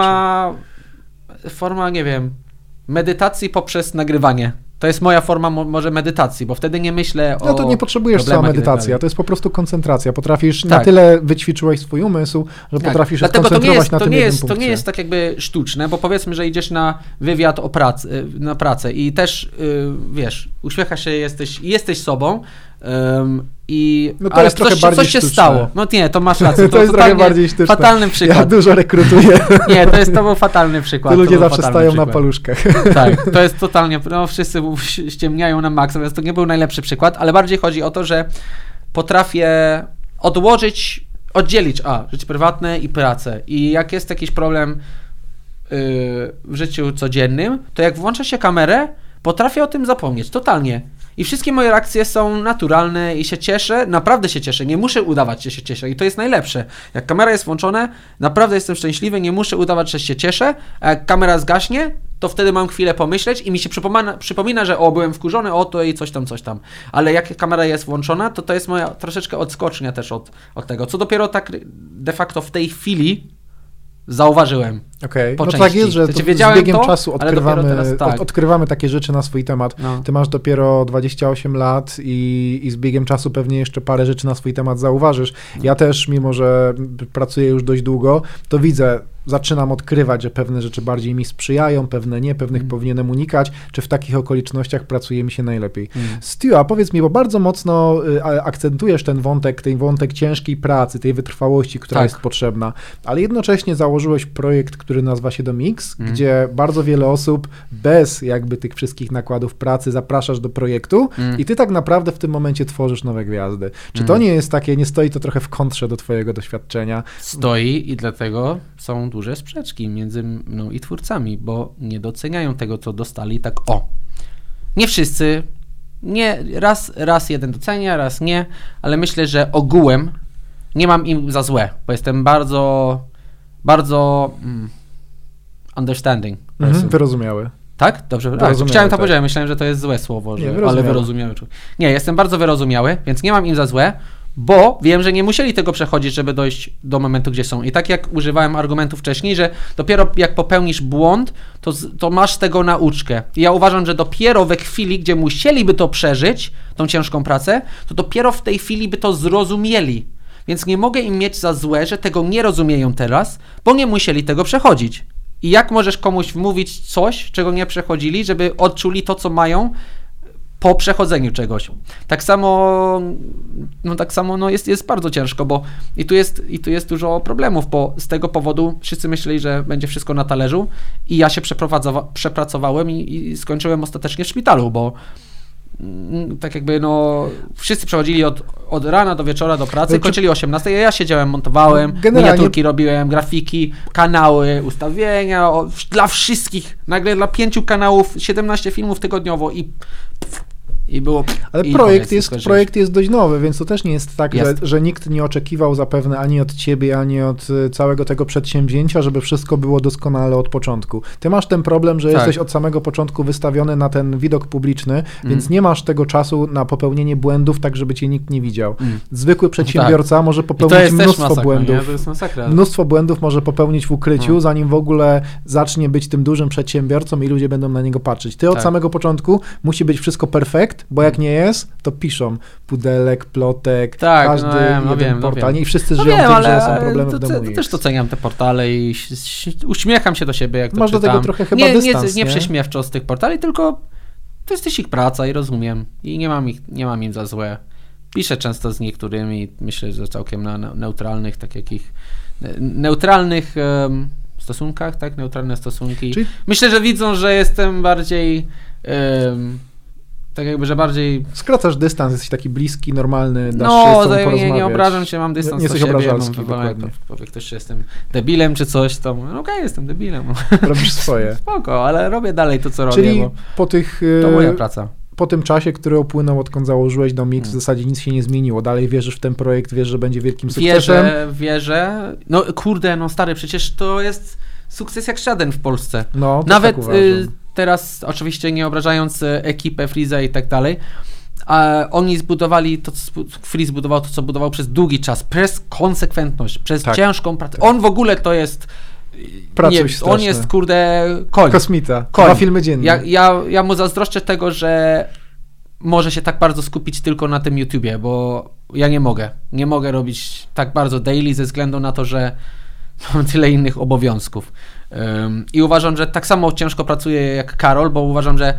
forma, nie wiem, medytacji poprzez nagrywanie. To jest moja forma może medytacji, bo wtedy nie myślę o... No to nie potrzebujesz cała medytacja, to jest po prostu koncentracja. Potrafisz, na tyle wyćwiczyłeś swój umysł, że potrafisz się skoncentrować na tym jednym punkcie. To nie jest tak jakby sztuczne, bo powiedzmy, że idziesz na wywiad na pracę i też, wiesz, uśmiechasz się, jesteś sobą, no to ale jest coś się stało. No nie, to masz rację. To jest trochę bardziej sztuczne. Fatalny przykład. Ja dużo rekrutuję. Nie, to był fatalny przykład. To ludzie zawsze stają na paluszkach. Tak, to jest totalnie, wszyscy ściemniają na maksa, więc to nie był najlepszy przykład, ale bardziej chodzi o to, że potrafię oddzielić życie prywatne i pracę. I jak jest jakiś problem w życiu codziennym, to jak włącza się kamerę, potrafię o tym zapomnieć, totalnie. I wszystkie moje reakcje są naturalne i się cieszę, naprawdę się cieszę, nie muszę udawać, że się cieszę i to jest najlepsze. Jak kamera jest włączona, naprawdę jestem szczęśliwy, nie muszę udawać, że się cieszę, a jak kamera zgaśnie, to wtedy mam chwilę pomyśleć i mi się przypomina, że byłem wkurzony, to i coś tam. Ale jak kamera jest włączona, to jest moja troszeczkę odskocznia też od tego. Co dopiero tak de facto w tej chwili zauważyłem. Okej, no tak jest, że z biegiem czasu odkrywamy takie rzeczy na swój temat. No. Ty masz dopiero 28 lat i z biegiem czasu pewnie jeszcze parę rzeczy na swój temat zauważysz. Ja też, mimo że pracuję już dość długo, to zaczynam odkrywać, że pewne rzeczy bardziej mi sprzyjają, pewne nie, pewnych powinienem unikać, czy w takich okolicznościach pracuje mi się najlepiej. Stu, a powiedz mi, bo bardzo mocno akcentujesz ten wątek ciężkiej pracy, tej wytrwałości, która jest potrzebna, ale jednocześnie założyłeś projekt, który nazywa się Domix, gdzie bardzo wiele osób bez jakby tych wszystkich nakładów pracy zapraszasz do projektu i ty tak naprawdę w tym momencie tworzysz nowe gwiazdy. Czy to nie jest takie, nie stoi to trochę w kontrze do twojego doświadczenia? Stoi i dlatego są duże sprzeczki między mną i twórcami, bo nie doceniają tego, co dostali tak Nie wszyscy, nie, raz jeden docenia, raz nie, ale myślę, że ogółem nie mam im za złe, bo jestem bardzo understanding. Wyrozumiały. Tak? Dobrze. Chciałem to powiedzieć, myślałem, że to jest złe słowo, ale wyrozumiały. Nie, jestem bardzo wyrozumiały, więc nie mam im za złe, bo wiem, że nie musieli tego przechodzić, żeby dojść do momentu, gdzie są. I tak jak używałem argumentu wcześniej, że dopiero jak popełnisz błąd, to masz z tego nauczkę. I ja uważam, że dopiero we chwili, gdzie musieliby to przeżyć, tą ciężką pracę, to dopiero w tej chwili by to zrozumieli. Więc nie mogę im mieć za złe, że tego nie rozumieją teraz, bo nie musieli tego przechodzić. I jak możesz komuś wmówić coś, czego nie przechodzili, żeby odczuli to, co mają po przechodzeniu czegoś. Tak samo jest bardzo ciężko, bo i tu jest dużo problemów, bo z tego powodu wszyscy myśleli, że będzie wszystko na talerzu i ja się przepracowałem i skończyłem ostatecznie w szpitalu, bo tak jakby wszyscy przechodzili od rana do wieczora do pracy, kończyli o 18, ja siedziałem, montowałem, miniaturki robiłem, grafiki, kanały, ustawienia, dla wszystkich, nagle dla 5 kanałów, 17 filmów tygodniowo i było... Ale projekt jest dość nowy, więc to też nie jest tak, że nikt nie oczekiwał zapewne ani od ciebie, ani od całego tego przedsięwzięcia, żeby wszystko było doskonale od początku. Ty masz ten problem, że jesteś od samego początku wystawiony na ten widok publiczny, więc nie masz tego czasu na popełnienie błędów, tak żeby cię nikt nie widział. Zwykły przedsiębiorca może popełnić mnóstwo błędów. To jest masakra. Mnóstwo błędów może popełnić w ukryciu, zanim w ogóle zacznie być tym dużym przedsiębiorcą i ludzie będą na niego patrzeć. Ty od samego początku musi być wszystko perfekt, bo jak nie jest, to piszą pudelek, plotek, każdy jeden portal i wszyscy żyją tym, że są problemy w domu. Też doceniam te portale i uśmiecham się do siebie, jak to Masz czytam. do tego trochę chyba dystans, nie prześmiewczo z tych portali, tylko to jest ich praca i rozumiem. I nie mam im za złe. Piszę często z niektórymi, myślę, że całkiem na neutralnych, neutralnych stosunkach, tak? Neutralne stosunki. Czyli... Myślę, że widzą, że jestem bardziej... tak jakby, że bardziej... Skracasz dystans, jesteś taki bliski, normalny, dasz się z tobą porozmawiać. Nie obrażam się, mam dystans do siebie. Powie ktoś, że jestem debilem czy coś, to okej, jestem debilem. Robisz swoje. Spoko, ale robię dalej to, co robię, czyli bo to moja praca. Po tym czasie, który upłynął, odkąd założyłeś Domix, w zasadzie nic się nie zmieniło. Dalej wierzysz w ten projekt, wiesz, że będzie wielkim sukcesem? Wierzę. No kurde, stary, przecież to jest sukces jak żaden w Polsce. No, nawet tak teraz, oczywiście nie obrażając ekipę Freeza i tak dalej, oni zbudowali Freeze zbudował to, co budował przez długi czas, przez konsekwentność, przez ciężką pracę. On w ogóle to jest... on jest, kurde, koń. Kosmita. 2 filmy dziennie. Ja mu zazdroszczę tego, że może się tak bardzo skupić tylko na tym YouTubie, bo ja nie mogę. Nie mogę robić tak bardzo daily ze względu na to, że mam tyle innych obowiązków. I uważam, że tak samo ciężko pracuję jak Karol, bo uważam, że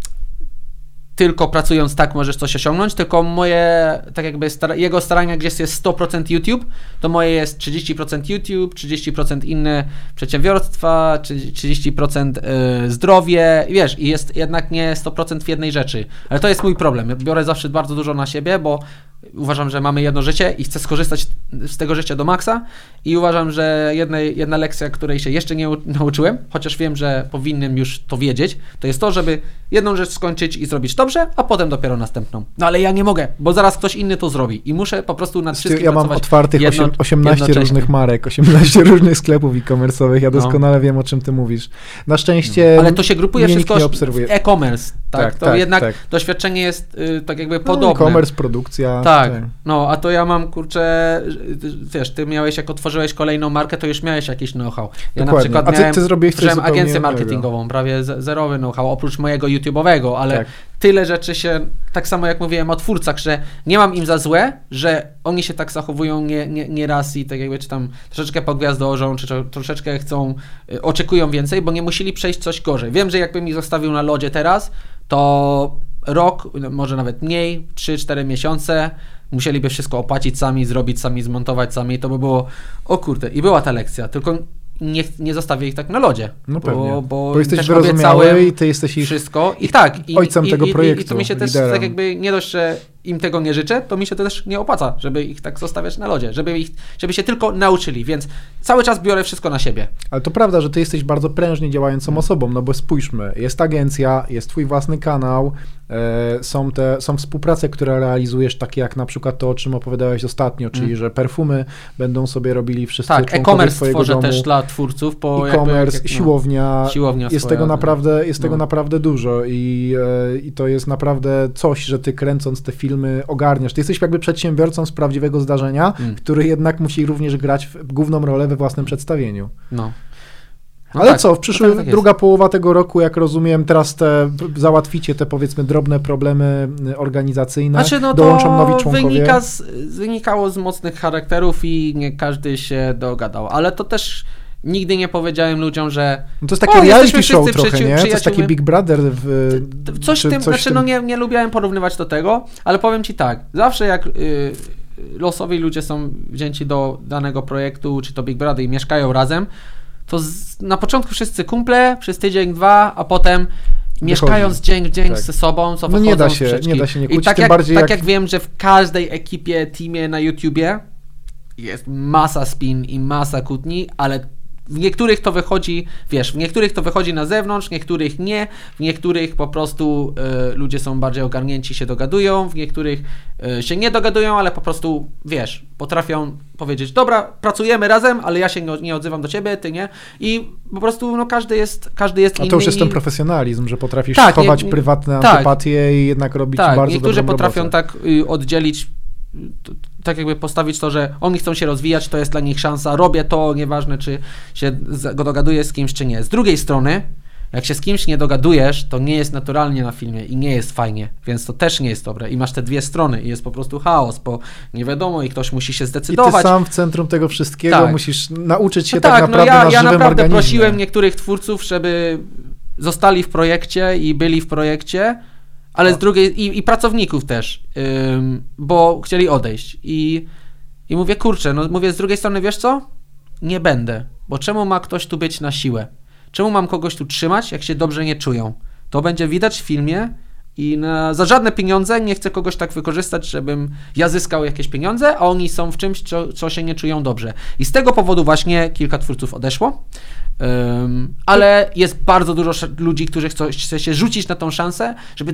tylko pracując tak możesz coś osiągnąć, tylko moje, tak jakby jego starania gdzieś jest 100% YouTube, to moje jest 30% YouTube, 30% inne przedsiębiorstwa, 30% zdrowie, i jest jednak nie 100% w jednej rzeczy. Ale to jest mój problem. Biorę zawsze bardzo dużo na siebie, bo Uważam, że mamy jedno życie i chcę skorzystać z tego życia do maksa i uważam, że jedna lekcja, której się jeszcze nie nauczyłem, chociaż wiem, że powinienem już to wiedzieć, to jest to, żeby jedną rzecz skończyć i zrobić dobrze, a potem dopiero następną. No ale ja nie mogę, bo zaraz ktoś inny to zrobi i muszę po prostu nad wszystkim pracować. Ja mam otwartych 18 różnych marek, 18 różnych sklepów e-commerce'owych, ja doskonale wiem, o czym ty mówisz. Na szczęście ale to się grupuje wszystko w e-commerce, tak? To jednak doświadczenie jest tak jakby podobne. E-commerce, produkcja. Tak, no a to ja mam, kurczę, wiesz, ty miałeś, jak otworzyłeś kolejną markę, to już miałeś jakiś know-how. Ja na przykład miałem agencję marketingową, prawie zerowy know-how, oprócz mojego YouTube'owego, ale tyle rzeczy się, tak samo jak mówiłem o twórcach, że nie mam im za złe, że oni się tak zachowują nie raz i tak jakby, czy tam troszeczkę pogwiazdorzą, czy troszeczkę oczekują więcej, bo nie musieli przejść coś gorzej. Wiem, że jakbym ich zostawił na lodzie teraz, to rok, może nawet mniej, 3-4 miesiące, musieliby wszystko opłacić sami, zrobić sami, zmontować sami i to by było, o kurde, i była ta lekcja, tylko nie zostawię ich tak na lodzie. No pewnie, bo jesteś wyrozumiały i ty jesteś ich wszystko ojcem tego projektu. I to mi się też tak jakby nie dość, że im tego nie życzę, to mi się to też nie opłaca, żeby ich tak zostawiać na lodzie, żeby się tylko nauczyli, więc cały czas biorę wszystko na siebie. Ale to prawda, że ty jesteś bardzo prężnie działającą osobą, no bo spójrzmy, jest agencja, jest twój własny kanał, są współprace, które realizujesz, takie jak na przykład to, o czym opowiadałeś ostatnio, czyli że perfumy będą sobie robili wszyscy członkowie e-commerce twojego tworzę domu. Też dla twórców. E-commerce, siłownia jest tego naprawdę dużo i to jest naprawdę coś, że ty kręcąc te filmy ogarniasz. Ty jesteś jakby przedsiębiorcą z prawdziwego zdarzenia, który jednak musi również grać główną rolę we własnym przedstawieniu. No ale tak, co, druga połowa tego roku, jak rozumiem, teraz załatwicie te, powiedzmy, drobne problemy organizacyjne, dołączą nowi członkowie. Wynikało z mocnych charakterów i nie każdy się dogadał, ale to też nigdy nie powiedziałem ludziom, że no to jest takie reality show trochę, nie? To jest taki Big Brother. Coś w tym, nie lubiłem porównywać do tego, ale powiem ci tak, zawsze jak losowi ludzie są wzięci do danego projektu, czy to Big Brother i mieszkają razem, to na początku wszyscy kumple, przez tydzień, dwa, a potem mieszkając dzień w dzień ze sobą, co wychodzą nie da się nie kłócić, i tak jak wiem, że w każdej ekipie, teamie na YouTubie jest masa spin i masa kłótni, ale w niektórych to wychodzi, wiesz, w niektórych to wychodzi na zewnątrz, w niektórych nie, w niektórych po prostu ludzie są bardziej ogarnięci, się dogadują, w niektórych się nie dogadują, ale po prostu, wiesz, potrafią powiedzieć, dobra, pracujemy razem, ale ja się nie odzywam do ciebie, ty nie, i po prostu, no każdy jest inny. A to już jest ten profesjonalizm, że potrafisz chować prywatne antypatie i jednak robić bardzo dobrą robotę. Niektórzy potrafią tak oddzielić, tak jakby postawić to, że oni chcą się rozwijać, to jest dla nich szansa, robię to, nieważne czy się dogaduję z kimś, czy nie. Z drugiej strony, jak się z kimś nie dogadujesz, to nie jest naturalnie na filmie i nie jest fajnie, więc to też nie jest dobre i masz te dwie strony i jest po prostu chaos, bo nie wiadomo i ktoś musi się zdecydować. I ty sam w centrum tego wszystkiego musisz nauczyć się tak naprawdę na żywym ja naprawdę organizmie. Prosiłem niektórych twórców, żeby zostali w projekcie i byli w projekcie, ale z drugiej, i pracowników też, bo chcieli odejść. I mówię, kurczę, no mówię, z drugiej strony, wiesz co? Nie będę, bo czemu ma ktoś tu być na siłę? Czemu mam kogoś tu trzymać, jak się dobrze nie czują? To będzie widać w filmie i za żadne pieniądze nie chcę kogoś tak wykorzystać, żebym ja zyskał jakieś pieniądze, a oni są w czymś, co się nie czują dobrze. I z tego powodu właśnie kilka twórców odeszło. Ale jest bardzo dużo ludzi, którzy chce się rzucić na tą szansę,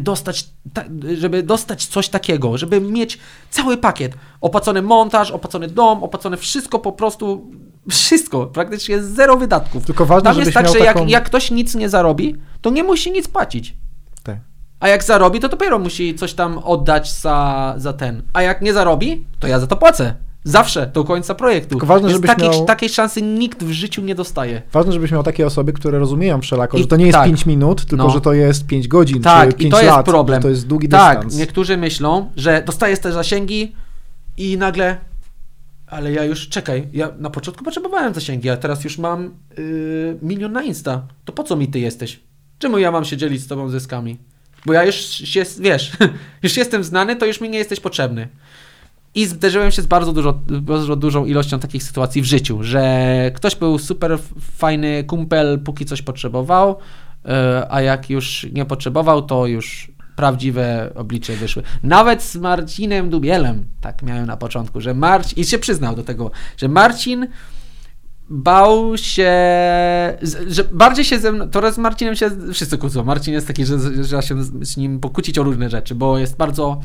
żeby dostać coś takiego, żeby mieć cały pakiet. Opłacony montaż, opłacony dom, opłacone wszystko, po prostu wszystko, praktycznie zero wydatków. Tylko ważne, tam jest tak, że jak ktoś nic nie zarobi, to nie musi nic płacić. Tak. A jak zarobi, to dopiero musi coś tam oddać za ten. A jak nie zarobi, to ja za to płacę. Zawsze, do końca projektu. Tylko ważne, żebyś takiej szansy nikt w życiu nie dostaje. Ważne, żebyś miał takie osoby, które rozumieją wszelako, że to nie jest 5 minut, tylko że to jest 5 godzin, czy 5 i to lat, jest problem. Że to jest długi dystans. Tak, niektórzy myślą, że dostajesz te zasięgi i nagle, ale ja już, ja na początku potrzebowałem zasięgi, a teraz już mam 1 milion na Insta. To po co mi ty jesteś? Czemu ja mam się dzielić z tobą zyskami? Bo ja już już jestem znany, to już mi nie jesteś potrzebny. I zderzyłem się z bardzo dużą ilością takich sytuacji w życiu, że ktoś był super fajny kumpel, póki coś potrzebował, a jak już nie potrzebował, to już prawdziwe oblicze wyszły. Nawet z Marcinem Dubielem tak miałem na początku, że Marcin, i się przyznał do tego, że Marcin bał się, że bardziej się ze mną, to z Marcinem się wszyscy kłócą. Marcin jest taki, że trzeba się z nim pokłócić o różne rzeczy, bo jest bardzo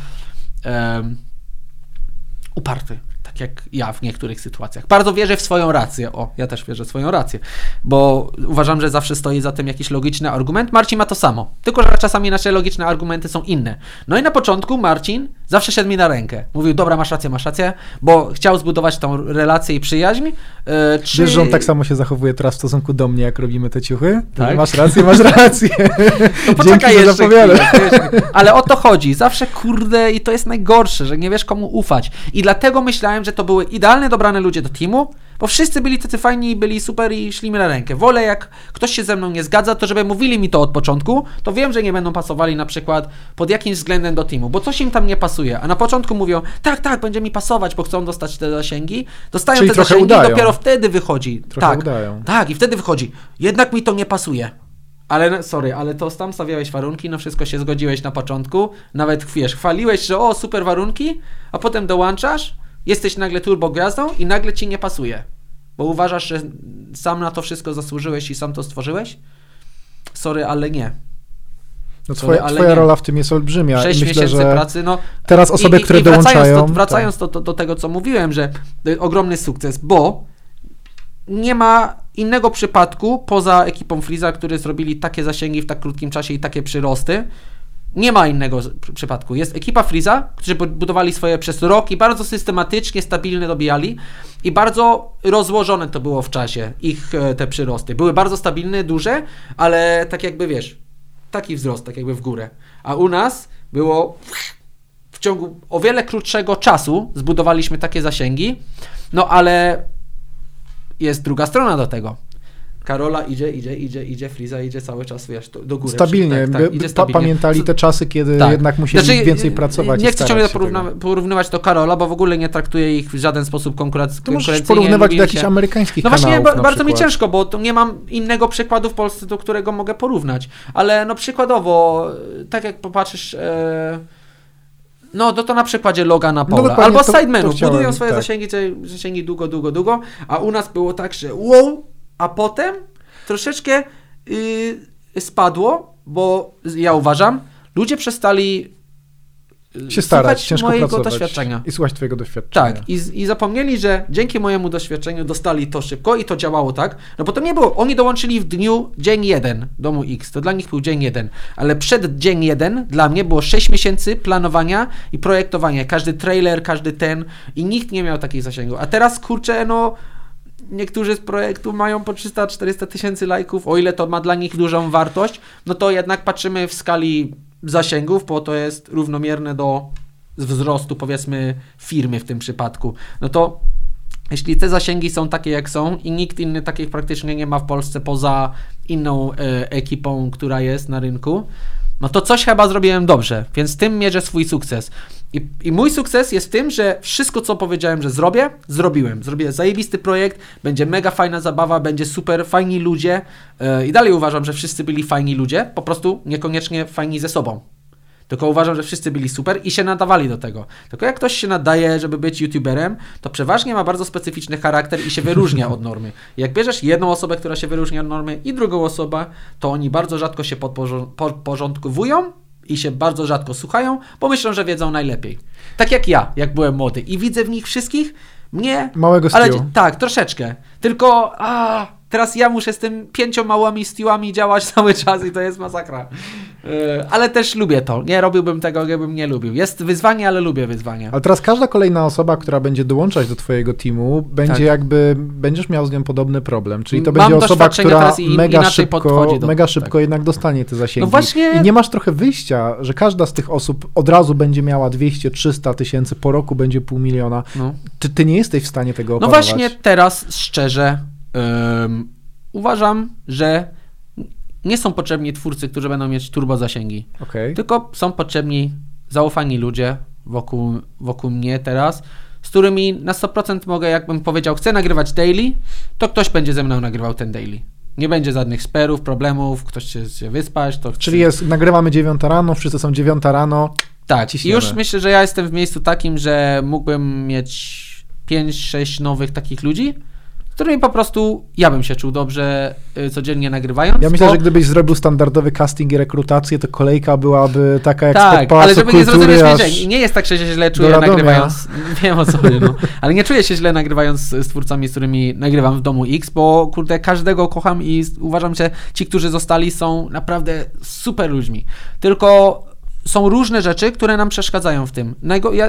uparty, tak jak ja w niektórych sytuacjach. Bardzo wierzę w swoją rację. Ja też wierzę w swoją rację, bo uważam, że zawsze stoi za tym jakiś logiczny argument. Marcin ma to samo, tylko że czasami nasze logiczne argumenty są inne. No i na początku Marcin zawsze szedł mi na rękę. Mówił, dobra, masz rację, bo chciał zbudować tą relację i przyjaźń. Wiesz, że on tak samo się zachowuje teraz w stosunku do mnie, jak robimy te ciuchy? Tak? Masz rację. To poczekaj jeszcze chwilę, ale o to chodzi. Zawsze, kurde, i to jest najgorsze, że nie wiesz komu ufać. I dlatego myślałem, że to były idealnie dobrane ludzie do teamu, bo wszyscy byli tacy fajni, byli super i szli mi na rękę. Wolę, jak ktoś się ze mną nie zgadza, to żeby mówili mi to od początku, to wiem, że nie będą pasowali na przykład pod jakimś względem do teamu, bo coś im tam nie pasuje, a na początku mówią, tak, będzie mi pasować, bo chcą dostać te zasięgi, dostają czyli te zasięgi udają. i dopiero wtedy wychodzi. Udają. Tak, i wtedy wychodzi, jednak mi to nie pasuje. Ale to tam stawiałeś warunki, no wszystko się zgodziłeś na początku, nawet chwaliłeś, że super warunki, a potem dołączasz, jesteś nagle turbo gwiazdą i nagle ci nie pasuje, bo uważasz, że sam na to wszystko zasłużyłeś i sam to stworzyłeś? Ale nie. No twoja rola w tym jest olbrzymia. 6 miesięcy pracy, no. Teraz osoby, które dołączają... Wracając do tego, co mówiłem, że ogromny sukces, bo nie ma innego przypadku poza ekipą Freeza, którzy zrobili takie zasięgi w tak krótkim czasie i takie przyrosty. Nie ma innego przypadku. Jest ekipa Freeza, którzy budowali swoje przez rok i bardzo systematycznie, stabilnie dobijali i bardzo rozłożone to było w czasie, ich te przyrosty. Były bardzo stabilne, duże, ale tak jakby wiesz, taki wzrost, tak jakby w górę. A u nas było w ciągu o wiele krótszego czasu zbudowaliśmy takie zasięgi, no ale jest druga strona do tego. Karola idzie, Freeza idzie cały czas, wiesz, do góry. Stabilnie. Idzie stabilnie. Pamiętali te czasy, kiedy jednak musieli więcej pracować. Nie chcę ciągle porównywać do Karola, bo w ogóle nie traktuję ich w żaden sposób konkurencyjnie. Możesz porównywać do jakichś amerykańskich kanałów. No właśnie, bardzo mi ciężko, bo to nie mam innego przykładu w Polsce, do którego mogę porównać. Ale no przykładowo, tak jak popatrzysz... to na przykładzie Logana Paula, albo Sidemenów, budują swoje zasięgi długo, a u nas było tak, że a potem troszeczkę spadło, bo ja uważam, ludzie przestali się starać, ciężko mojego pracować doświadczenia. I słuchać twojego doświadczenia. Tak, i zapomnieli, że dzięki mojemu doświadczeniu dostali to szybko i to działało tak, no bo to nie było, oni dołączyli w dzień 1 Domu X, to dla nich był dzień 1, ale przed dzień 1 dla mnie było 6 miesięcy planowania i projektowania, każdy trailer, i nikt nie miał takich zasięgów, a teraz kurczę, niektórzy z projektu mają po 300-400 tysięcy lajków, o ile to ma dla nich dużą wartość, no to jednak patrzymy w skali zasięgów, bo to jest równomierne do wzrostu, powiedzmy, firmy w tym przypadku. No to jeśli te zasięgi są takie, jak są i nikt inny takich praktycznie nie ma w Polsce poza inną ekipą, która jest na rynku, no to coś chyba zrobiłem dobrze, więc tym mierzę swój sukces. I mój sukces jest w tym, że wszystko, co powiedziałem, że zrobiłem. Zrobię zajebisty projekt, będzie mega fajna zabawa, będzie super, fajni ludzie i dalej uważam, że wszyscy byli fajni ludzie, po prostu niekoniecznie fajni ze sobą. Tylko uważam, że wszyscy byli super i się nadawali do tego. Tylko jak ktoś się nadaje, żeby być youtuberem, to przeważnie ma bardzo specyficzny charakter i się wyróżnia od normy. Jak bierzesz jedną osobę, która się wyróżnia od normy i drugą osobę, to oni bardzo rzadko się podporządkowują i się bardzo rzadko słuchają, bo myślą, że wiedzą najlepiej. Tak jak ja, jak byłem młody i widzę w nich wszystkich małego stylu. Tak, troszeczkę. Tylko teraz ja muszę z tym 5 małymi styłami działać cały czas i to jest masakra. Ale też lubię to. Nie robiłbym tego, gdybym nie lubił. Jest wyzwanie, ale lubię wyzwania. Ale teraz każda kolejna osoba, która będzie dołączać do twojego teamu, będzie będziesz miał z nią podobny problem. Czyli to będzie osoba, która mega szybko jednak dostanie te zasięgi. No właśnie... I nie masz trochę wyjścia, że każda z tych osób od razu będzie miała 200-300 tysięcy, po roku będzie 500 000. No. Ty nie jesteś w stanie tego opanować. No właśnie teraz szczerze uważam, że nie są potrzebni twórcy, którzy będą mieć turbo zasięgi. Tylko są potrzebni zaufani ludzie wokół mnie teraz, z którymi na 100% mogę, jakbym powiedział, chcę nagrywać daily, to ktoś będzie ze mną nagrywał ten daily. Nie będzie żadnych sperów, problemów, ktoś się wyspać. Czyli nagrywamy 9 rano, wszyscy są 9 rano. Tak, ciśniemy. Już myślę, że ja jestem w miejscu takim, że mógłbym mieć 5-6 nowych takich ludzi, z którymi po prostu ja bym się czuł dobrze codziennie nagrywając. Ja myślę, że gdybyś zrobił standardowy casting i rekrutację, to kolejka byłaby taka jak tak, spod Pałacu ale żeby nie Kultury, zrozumieć, że nie jest tak, że się źle czuję nagrywając. Wiem o co chodzi, no. Ale nie czuję się źle nagrywając z twórcami, z którymi nagrywam w Domu X, bo kurde, każdego kocham i uważam, że ci, którzy zostali, są naprawdę super ludźmi. Tylko są różne rzeczy, które nam przeszkadzają w tym.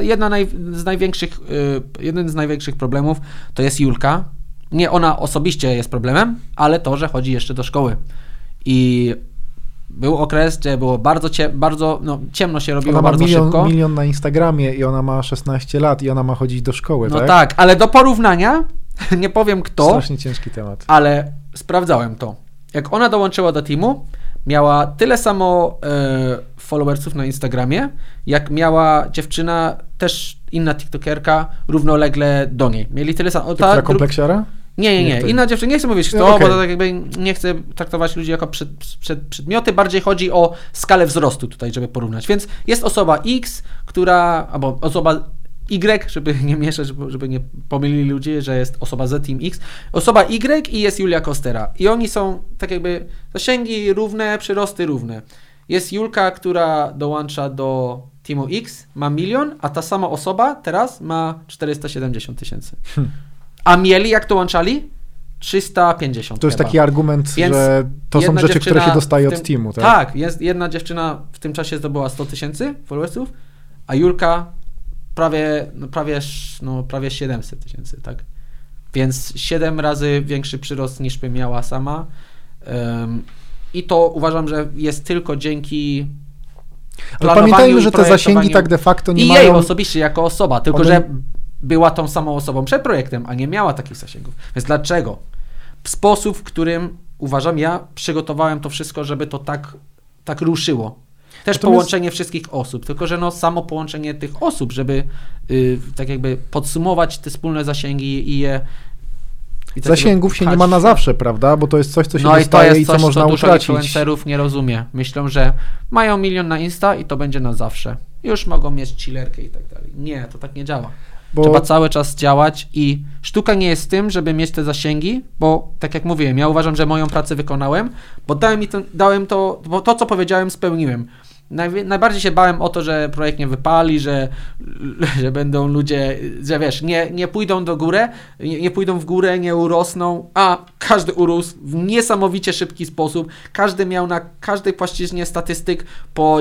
Jeden z największych problemów to jest Julka. Nie ona osobiście jest problemem, ale to, że chodzi jeszcze do szkoły. I był okres, gdzie było bardzo ciemno się robiło, bardzo szybko. Ona ma milion na Instagramie i ona ma 16 lat i ona ma chodzić do szkoły, no tak? No tak, ale do porównania, nie powiem kto. Strasznie ciężki temat. Ale sprawdzałem to. Jak ona dołączyła do teamu, miała tyle samo followersów na Instagramie, jak miała dziewczyna, też inna tiktokerka, równolegle do niej. Mieli tyle samo. Ta kompleksiara? Nie. Inna dziewczyna, nie chcę mówić kto, bo to tak jakby nie chcę traktować ludzi jako przedmioty, bardziej chodzi o skalę wzrostu tutaj, żeby porównać. Więc jest osoba X, albo osoba Y, żeby nie mieszać, żeby nie pomylili ludzie, że jest osoba Z, Team X, osoba Y i jest Julia Kostera. I oni są tak jakby zasięgi równe, przyrosty równe. Jest Julka, która dołącza do Teamu X, ma 1 milion, a ta sama osoba teraz ma 470 000. A mieli, jak dołączali? 350. To jest chyba. taki argument, więc że to są rzeczy, które się dostaje od teamu, tak? Tak, jedna dziewczyna w tym czasie zdobyła 100 000 followersów, a Julka prawie 700 000, tak? Więc 7 razy większy przyrost niż by miała sama. I to uważam, że jest tylko dzięki ale pamiętajmy, że te zasięgi tak de facto nie mają... I jej osobiście jako osoba, tylko że była tą samą osobą przed projektem, a nie miała takich zasięgów. Więc dlaczego? W sposób, w którym uważam, ja przygotowałem to wszystko, żeby to tak ruszyło. Też połączenie wszystkich osób, tylko że samo połączenie tych osób, żeby tak jakby podsumować te wspólne zasięgi i je... Zasięgów się nie ma na zawsze, prawda? Bo to jest coś, co się dostaje i co można utracić. No i to jest coś, co dużo influencerów nie rozumie. Myślą, że mają 1 milion na Insta i to będzie na zawsze. Już mogą mieć chillerkę i tak dalej. Nie, to tak nie działa. Trzeba cały czas działać i sztuka nie jest w tym, żeby mieć te zasięgi, bo tak jak mówiłem, ja uważam, że moją pracę wykonałem, bo dałem to, bo to, co powiedziałem, spełniłem. Najbardziej się bałem o to, że projekt nie wypali, że będą ludzie, że wiesz, nie pójdą nie pójdą w górę, nie urosną, a każdy urósł w niesamowicie szybki sposób. Każdy miał na każdej płaszczyźnie statystyk po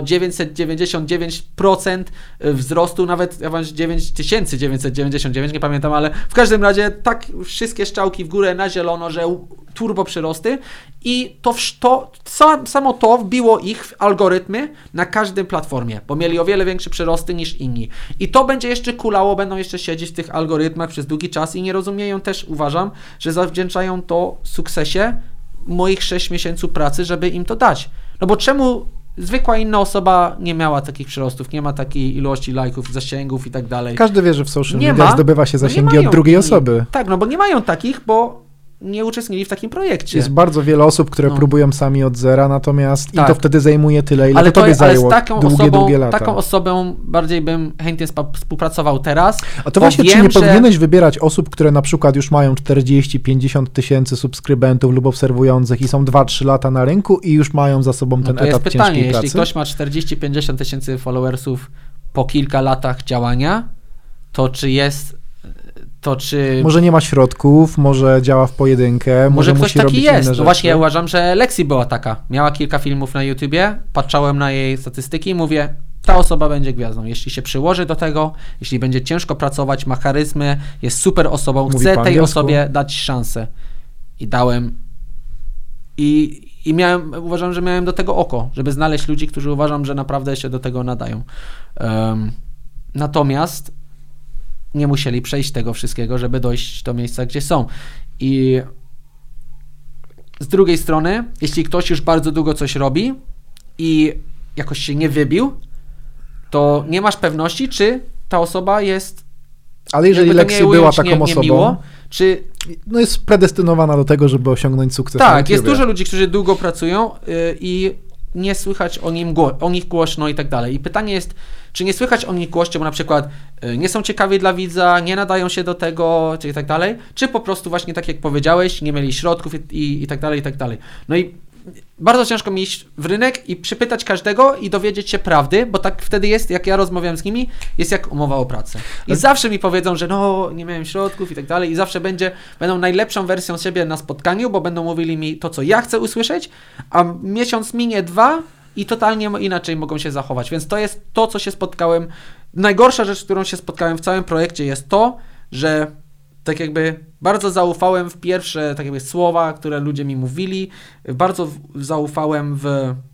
999% wzrostu, nawet 9999, nie pamiętam, ale w każdym razie tak wszystkie strzałki w górę na zielono, że turbo przyrosty i samo to wbiło ich w algorytmy na każdej platformie, bo mieli o wiele większe przyrosty niż inni. I to będzie jeszcze kulało, będą jeszcze siedzieć w tych algorytmach przez długi czas i nie rozumieją też, uważam, że zawdzięczają to sukcesie moich 6 miesięcy pracy, żeby im to dać. No bo czemu zwykła inna osoba nie miała takich przyrostów, nie ma takiej ilości lajków, zasięgów i tak dalej. Każdy wie, że w social mediach zdobywa się zasięgi od drugiej osoby. Tak, no bo nie mają takich, bo nie uczestniczyli w takim projekcie. Jest bardzo wiele osób, które próbują sami od zera, natomiast im to wtedy zajmuje tyle, ile to tobie zajęło długie lata. Taką osobą bardziej bym chętnie współpracował teraz. A to właśnie, czy nie powinieneś wybierać osób, które na przykład już mają 40-50 tysięcy subskrybentów lub obserwujących i są 2-3 lata na rynku i już mają za sobą ten etap ciężkiej pracy? Jeśli ktoś ma 40-50 tysięcy followersów po kilka latach działania, to czy może nie ma środków, może działa w pojedynkę, może ktoś musi taki robić jest. inne rzeczy. No właśnie ja uważam, że Lexi była taka. Miała kilka filmów na YouTubie, patrzałem na jej statystyki i mówię, ta osoba będzie gwiazdą. Jeśli się przyłoży do tego, jeśli będzie ciężko pracować, ma charyzmę, jest super osobą, chcę tej osobie dać szansę. I dałem. I uważam, że miałem do tego oko, żeby znaleźć ludzi, którzy uważam, że naprawdę się do tego nadają. Natomiast nie musieli przejść tego wszystkiego, żeby dojść do miejsca, gdzie są. I z drugiej strony, jeśli ktoś już bardzo długo coś robi i jakoś się nie wybił, to nie masz pewności, czy ta osoba jest Ale jeżeli Lexi była taką osobą, niemiło, czy... no jest predestynowana do tego, żeby osiągnąć sukces. Tak, jest dużo ludzi, którzy długo pracują i nie słychać o nich głośno i tak dalej. I pytanie jest, czy nie słychać o nich głośno, bo na przykład nie są ciekawi dla widza, nie nadają się do tego, czy i tak dalej, czy po prostu właśnie tak jak powiedziałeś, nie mieli środków i tak dalej, i tak dalej. No i bardzo ciężko mi iść w rynek i przypytać każdego i dowiedzieć się prawdy, bo tak wtedy jest, jak ja rozmawiam z nimi, jest jak umowa o pracę. I zawsze mi powiedzą, że no, nie miałem środków i tak dalej i zawsze będą najlepszą wersją siebie na spotkaniu, bo będą mówili mi to, co ja chcę usłyszeć, a miesiąc minie 2 i totalnie inaczej mogą się zachować. Więc to jest to, co się spotkałem. Najgorsza rzecz, z którą się spotkałem w całym projekcie jest to, że tak jakby bardzo zaufałem w pierwsze tak jakby słowa, które ludzie mi mówili. Bardzo zaufałem w...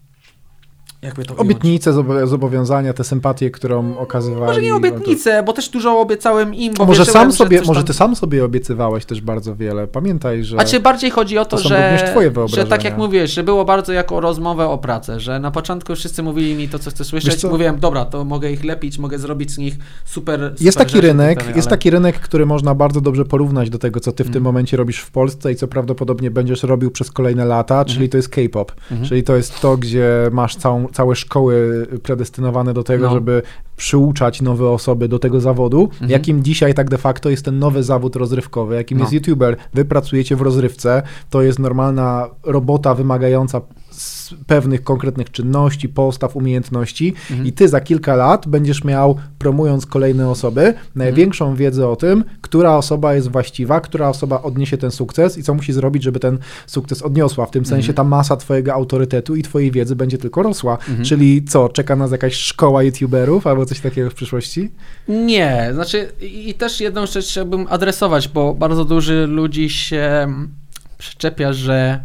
Jakby to obietnice, zobowiązania, te sympatie, którą okazywali. Może nie obietnice, bo też dużo obiecałem im, bo może ty sam sobie obiecywałeś też bardzo wiele. Pamiętaj, że... A czy bardziej chodzi o to, że tak jak mówisz, że było bardzo jako rozmowę o pracę, że na początku wszyscy mówili mi to, co chcę słyszeć. Mówiłem, dobra, to mogę ich lepić, mogę zrobić z nich super jest taki rynek, który można bardzo dobrze porównać do tego, co ty w tym momencie robisz w Polsce i co prawdopodobnie będziesz robił przez kolejne lata, czyli to jest K-pop. Czyli to jest to, gdzie masz całe szkoły predestynowane do tego, żeby przyuczać nowe osoby do tego zawodu, jakim dzisiaj tak de facto jest ten nowy zawód rozrywkowy, jakim jest YouTuber. Wy pracujecie w rozrywce, to jest normalna robota wymagająca pewnych konkretnych czynności, postaw, umiejętności i ty za kilka lat będziesz miał, promując kolejne osoby, największą wiedzę o tym, która osoba jest właściwa, która osoba odniesie ten sukces i co musi zrobić, żeby ten sukces odniosła. W tym sensie ta masa twojego autorytetu i twojej wiedzy będzie tylko rosła. Czyli co, czeka nas jakaś szkoła youtuberów albo coś takiego w przyszłości? Nie, znaczy i też jedną rzecz chciałbym adresować, bo bardzo dużo ludzi się przyczepia, że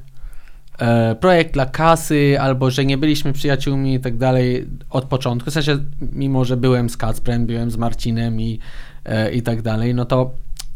projekt dla kasy, albo że nie byliśmy przyjaciółmi i tak dalej od początku. W sensie, mimo że byłem z Kacprem, byłem z Marcinem i tak dalej, no to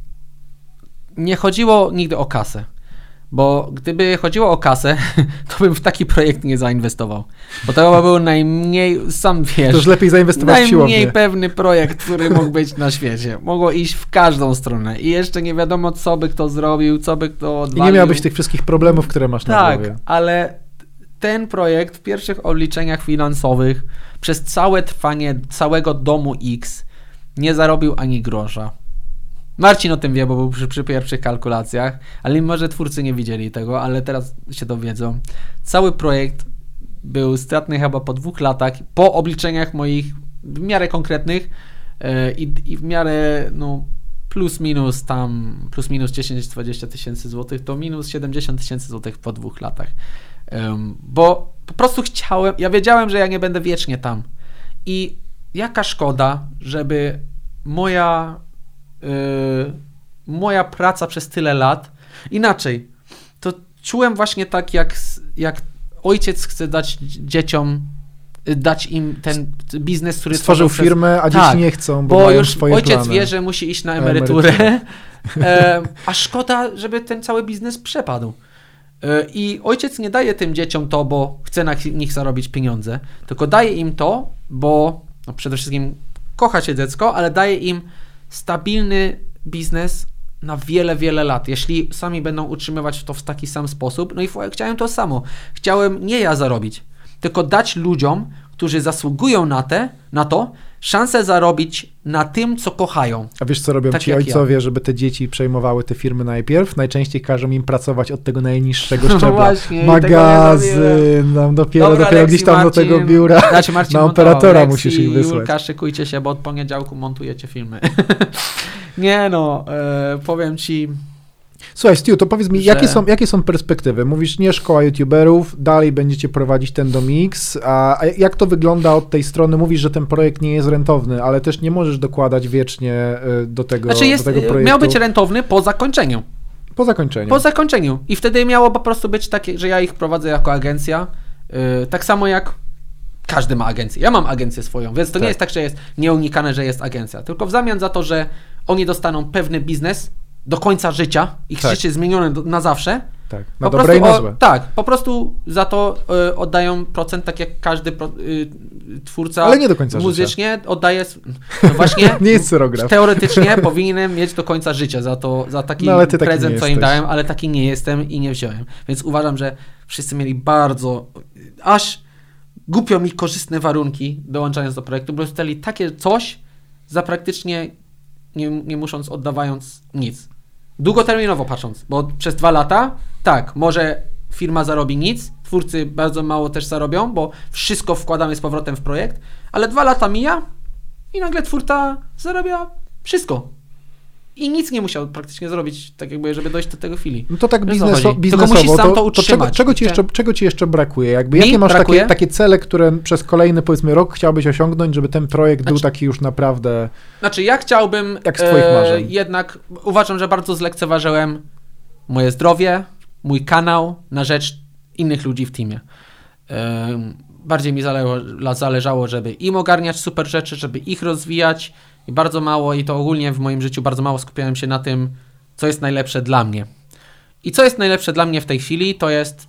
nie chodziło nigdy o kasę. Bo gdyby chodziło o kasę, to bym w taki projekt nie zainwestował. Bo to był najmniej, sam wiesz, to już lepiej zainwestować w siłownię. Najmniej pewny projekt, który mógł być na świecie. Mogło iść w każdą stronę i jeszcze nie wiadomo, co by kto zrobił, co by kto odwalił. I nie miałbyś tych wszystkich problemów, które masz na głowie. Tak, ale ten projekt w pierwszych obliczeniach finansowych przez całe trwanie całego domu X nie zarobił ani grosza. Marcin o tym wie, bo był przy pierwszych kalkulacjach, ale może twórcy nie widzieli tego, ale teraz się dowiedzą. Cały projekt był stratny chyba po 2 latach, po obliczeniach moich w miarę konkretnych i w miarę plus minus 10-20 tysięcy złotych, to minus 70 tysięcy złotych po 2 latach. Bo po prostu ja wiedziałem, że ja nie będę wiecznie tam. I jaka szkoda, żeby moja praca przez tyle lat, inaczej, to czułem właśnie tak, jak ojciec chce dać dzieciom, dać im ten biznes, który stworzył firmę, a dzieci nie chcą, bo mają już swoje ojciec plany. wie, że musi iść na emeryturę, a szkoda, żeby ten cały biznes przepadł. I ojciec nie daje tym dzieciom to, bo chce na nich zarobić pieniądze, tylko daje im to, bo przede wszystkim kocha się dziecko, ale daje im stabilny biznes na wiele, wiele lat, jeśli sami będą utrzymywać to w taki sam sposób. No i chciałem to samo. Chciałem nie ja zarobić, tylko dać ludziom, którzy zasługują na to, szansę zarobić na tym, co kochają. A wiesz, co robią tak ci ojcowie, żeby te dzieci przejmowały te firmy najpierw? Najczęściej każą im pracować od tego najniższego szczebla. Właśnie, magazyn, dopiero gdzieś tam Marcin, do tego biura Marcin na operatora musisz ich wysłać. Julka, szykujcie się, bo od poniedziałku montujecie filmy. Nie powiem ci... Słuchaj, Stu, to powiedz mi, jakie są perspektywy? Mówisz, nie szkoła youtuberów, dalej będziecie prowadzić ten Mix, a jak to wygląda od tej strony? Mówisz, że ten projekt nie jest rentowny, ale też nie możesz dokładać wiecznie do tego projektu. Miał być rentowny po zakończeniu. Po zakończeniu. I wtedy miało po prostu być takie, że ja ich prowadzę jako agencja, tak samo jak każdy ma agencję. Ja mam agencję swoją, więc to nie jest tak, że jest nieunikane, że jest agencja, tylko w zamian za to, że oni dostaną pewny biznes do końca życia, ich życie zmienione na zawsze, Tak, na dobre i na złe. Tak, po prostu za to oddają procent, tak jak każdy twórca. Ale nie do końca muzycznie życia. Oddaje. No właśnie. Nie jest cyrograf. Teoretycznie powinienem mieć do końca życia za taki prezent, co im dałem, ale taki nie jestem i nie wziąłem. Więc uważam, że wszyscy mieli bardzo, aż głupio mi korzystne warunki dołączając do projektu, bo dostali takie coś za praktycznie nie musząc, oddawając nic. Długoterminowo patrząc, bo przez 2 lata, tak, może firma zarobi nic, twórcy bardzo mało też zarobią, bo wszystko wkładamy z powrotem w projekt, ale 2 lata mija i nagle twórca zarabia wszystko. I nic nie musiał praktycznie zrobić, tak jakby, żeby dojść do tego chwili. No to tak biznesowo, tylko musisz sam to utrzymać. Czego ci jeszcze brakuje? Jakie masz takie cele, które przez kolejny, powiedzmy, rok chciałbyś osiągnąć, żeby ten projekt był taki już naprawdę... Znaczy, ja chciałbym... Jak z twoich marzeń. Jednak uważam, że bardzo zlekceważyłem moje zdrowie, mój kanał na rzecz innych ludzi w teamie. Bardziej mi zależało, żeby im ogarniać super rzeczy, żeby ich rozwijać, i bardzo mało, i to ogólnie w moim życiu bardzo mało skupiałem się na tym, co jest najlepsze dla mnie. I co jest najlepsze dla mnie w tej chwili, to jest,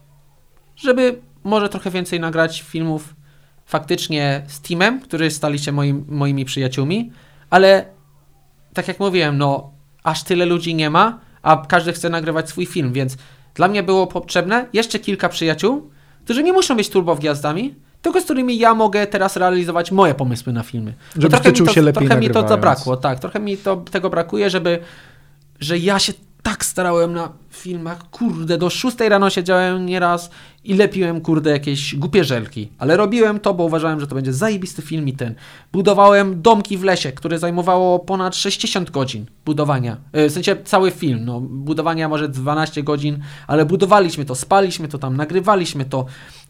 żeby może trochę więcej nagrać filmów faktycznie z teamem, którzy stali się moimi przyjaciółmi, ale tak jak mówiłem, no aż tyle ludzi nie ma, a każdy chce nagrywać swój film, więc dla mnie było potrzebne jeszcze kilka przyjaciół, którzy nie muszą być turbogwiazdami, tylko z którymi ja mogę teraz realizować moje pomysły na filmy. Żeby ty czuł się lepiej trochę nagrywając. mi to zabrakło, tak. Trochę mi tego brakuje, że ja się tak starałem na filmach, kurde, do 6 rano siedziałem nieraz i lepiłem, kurde, jakieś głupie żelki. Ale robiłem to, bo uważałem, że to będzie zajebisty film i ten. Budowałem domki w lesie, które zajmowało ponad 60 godzin budowania. W sensie cały film, no budowania może 12 godzin, ale budowaliśmy to, spaliśmy to tam, nagrywaliśmy to.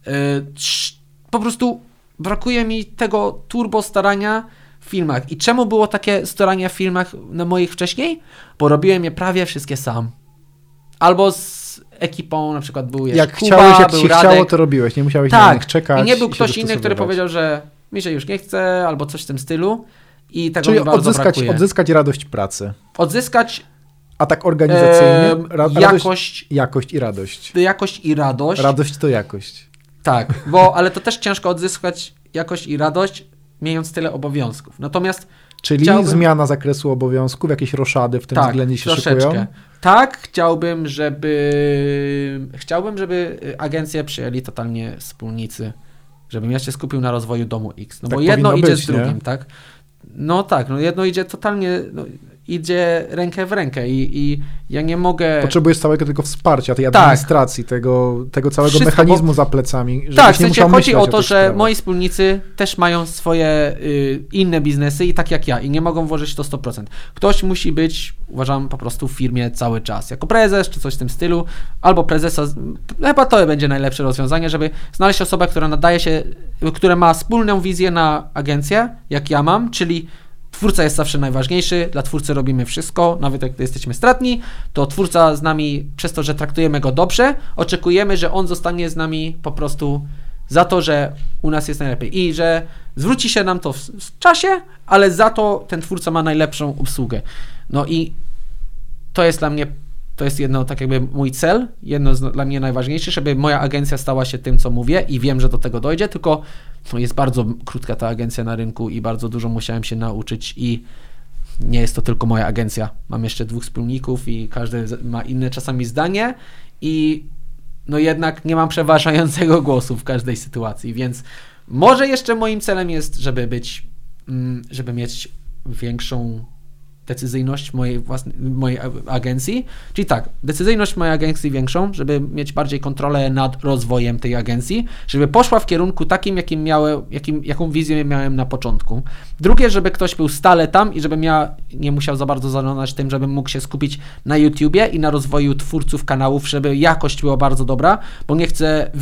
Po prostu brakuje mi tego turbo starania w filmach. I czemu było takie staranie w filmach na moich wcześniej? Bo robiłem je prawie wszystkie sam. Albo z ekipą, na przykład był jeszcze Kuba, jak był się Radek. chciało, to robiłeś. Nie musiałeś na nich czekać. I nie był ktoś inny, który powiedział, że mi się już nie chce, albo coś w tym stylu. I tego czyli mi bardzo brakuje. Odzyskać radość pracy. Odzyskać a tak organizacyjnie? Jakość i radość. Jakość i radość. Radość to jakość. Tak, ale to też ciężko odzyskać jakość i radość, mając tyle obowiązków. Natomiast czyli zmiana zakresu obowiązków, jakieś roszady w tym względzie się troszeczkę szykują? Tak, chciałbym, żeby agencje przyjęli totalnie wspólnicy, żebym ja się skupił na rozwoju Domu X. No tak bo jedno idzie z drugim, nie? Tak? No tak, no jedno idzie totalnie, idzie rękę w rękę i ja nie mogę... Potrzebujesz całego tego wsparcia, tej administracji, tego całego wszystko, mechanizmu za plecami. Tak, w sensie chodzi o to, że moi wspólnicy też mają swoje inne biznesy i tak jak ja i nie mogą włożyć to 100%. Ktoś musi być, uważam, po prostu w firmie cały czas, jako prezes czy coś w tym stylu, albo prezesa, chyba to będzie najlepsze rozwiązanie, żeby znaleźć osobę, która nadaje się, która ma wspólną wizję na agencję, jak ja mam, czyli twórca jest zawsze najważniejszy, dla twórcy robimy wszystko, nawet jak jesteśmy stratni, to twórca z nami, przez to, że traktujemy go dobrze, oczekujemy, że on zostanie z nami po prostu za to, że u nas jest najlepiej i że zwróci się nam to w czasie, ale za to ten twórca ma najlepszą obsługę. No i to jest dla mnie, to jest jedno, tak jakby mój cel, dla mnie najważniejsze, żeby moja agencja stała się tym, co mówię i wiem, że do tego dojdzie, tylko jest bardzo krótka ta agencja na rynku i bardzo dużo musiałem się nauczyć i nie jest to tylko moja agencja. Mam jeszcze 2 wspólników i każdy ma inne czasami zdanie i no jednak nie mam przeważającego głosu w każdej sytuacji, więc może jeszcze moim celem jest, żeby mieć większą decyzyjność mojej agencji, czyli tak, decyzyjność mojej agencji większą, żeby mieć bardziej kontrolę nad rozwojem tej agencji, żeby poszła w kierunku takim, jaką wizję miałem na początku. Drugie, żeby ktoś był stale tam i żebym ja nie musiał za bardzo zarządzać tym, żebym mógł się skupić na YouTubie i na rozwoju twórców kanałów, żeby jakość była bardzo dobra, bo nie chcę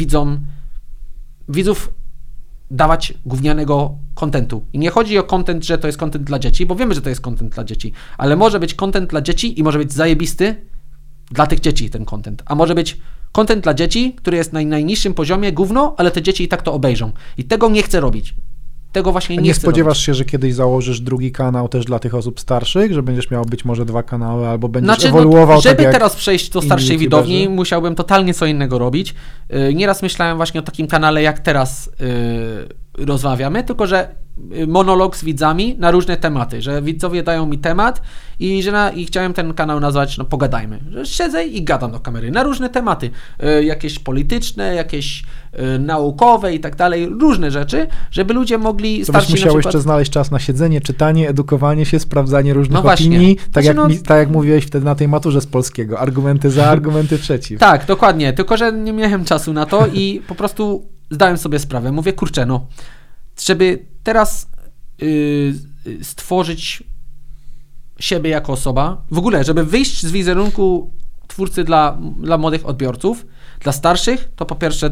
widzów dawać gównianego kontentu. I nie chodzi o content, że to jest content dla dzieci, bo wiemy, że to jest content dla dzieci, ale może być content dla dzieci i może być zajebisty dla tych dzieci ten content. A może być content dla dzieci, który jest na najniższym poziomie, gówno, ale te dzieci i tak to obejrzą. I tego nie chcę robić. tego właśnie nie chcę spodziewasz robić. się, że kiedyś założysz drugi kanał też dla tych osób starszych, że będziesz miał być może 2 kanały, albo będziesz ewoluował żeby tak jak teraz przejść do starszej YouTuberzy? widowni, musiałbym totalnie co innego robić. Nieraz myślałem właśnie o takim kanale, jak teraz rozmawiamy, tylko że monolog z widzami na różne tematy, że widzowie dają mi temat i chciałem ten kanał nazwać, pogadajmy, że siedzę i gadam do kamery na różne tematy, jakieś polityczne, jakieś naukowe i tak dalej, różne rzeczy, żeby ludzie mogli to byś musiał jeszcze znaleźć czas na siedzenie, czytanie, edukowanie się, sprawdzanie różnych opinii, tak jak mówiłeś wtedy na tej maturze z polskiego, argumenty za, argumenty przeciw. Tak, dokładnie, tylko że nie miałem czasu na to i po prostu zdałem sobie sprawę, mówię, kurczę, żeby teraz stworzyć siebie jako osoba, w ogóle, żeby wyjść z wizerunku twórcy dla młodych odbiorców, dla starszych, to po pierwsze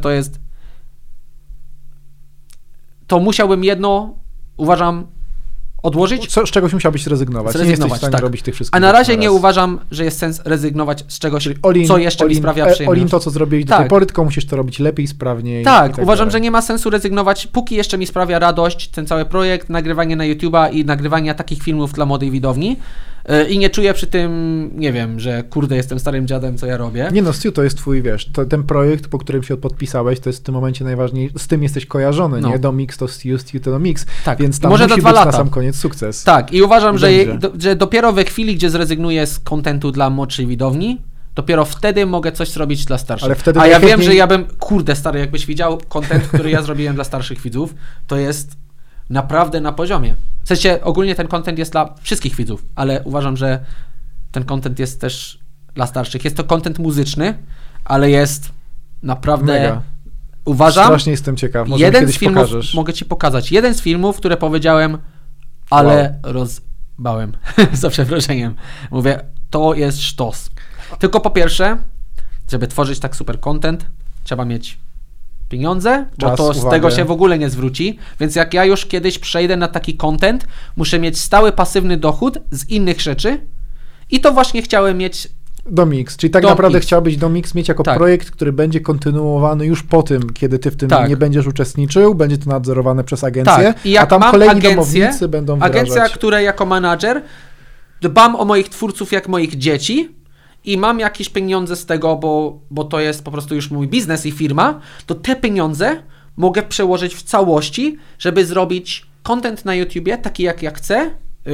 to musiałbym uważam, odłożyć. Z czegoś musiałbyś zrezygnować. Nie jesteś w stanie robić tych wszystkich. A na razie nie uważam, że jest sens rezygnować z czegoś, co jeszcze mi sprawia przyjemność. To, co zrobiłeś do tej pory, tylko musisz to robić lepiej, sprawniej. Tak, uważam, że nie ma sensu rezygnować, póki jeszcze mi sprawia radość ten cały projekt, nagrywanie na YouTube'a i nagrywanie takich filmów dla młodej widowni. I nie czuję przy tym, nie wiem, że kurde, jestem starym dziadem, co ja robię. Nie Stu, to jest twój, ten projekt, po którym się podpisałeś, to jest w tym momencie najważniejszy, z tym jesteś kojarzony, nie? Do Mix to Stu to do Mix, tak. Więc tam może musi do 2 być lata. Na sam koniec sukces. Tak, i uważam, że dopiero we chwili, gdzie zrezygnuję z kontentu dla młodszej widowni, dopiero wtedy mogę coś zrobić dla starszych. Ale wtedy ja wiem, że ja bym, kurde stary, jakbyś widział kontent, który ja zrobiłem dla starszych widzów, to jest naprawdę na poziomie. W sensie ogólnie ten kontent jest dla wszystkich widzów, ale uważam, że ten content jest też dla starszych. Jest to content muzyczny, ale jest naprawdę... Mega. Uważam... Strasznie jestem ciekaw. Może jeden kiedyś z filmów, pokażesz. mogę ci pokazać. Jeden z filmów, które powiedziałem, ale rozbałem. Za przeproszeniem. Mówię, to jest sztos. Tylko po pierwsze, żeby tworzyć tak super content, trzeba mieć pieniądze, bo to z tego się w ogóle nie zwróci, więc jak ja już kiedyś przejdę na taki content, muszę mieć stały pasywny dochód z innych rzeczy i to właśnie chciałem mieć do Mix, czyli tak naprawdę chciałbyś do Mix mieć jako projekt, który będzie kontynuowany już po tym, kiedy ty w tym nie będziesz uczestniczył, będzie to nadzorowane przez agencję, a tam kolejni domownicy będą wdrażać. Agencja, która jako menadżer dbam o moich twórców jak moich dzieci i mam jakieś pieniądze z tego, bo to jest po prostu już mój biznes i firma, to te pieniądze mogę przełożyć w całości, żeby zrobić content na YouTubie taki jak ja chcę,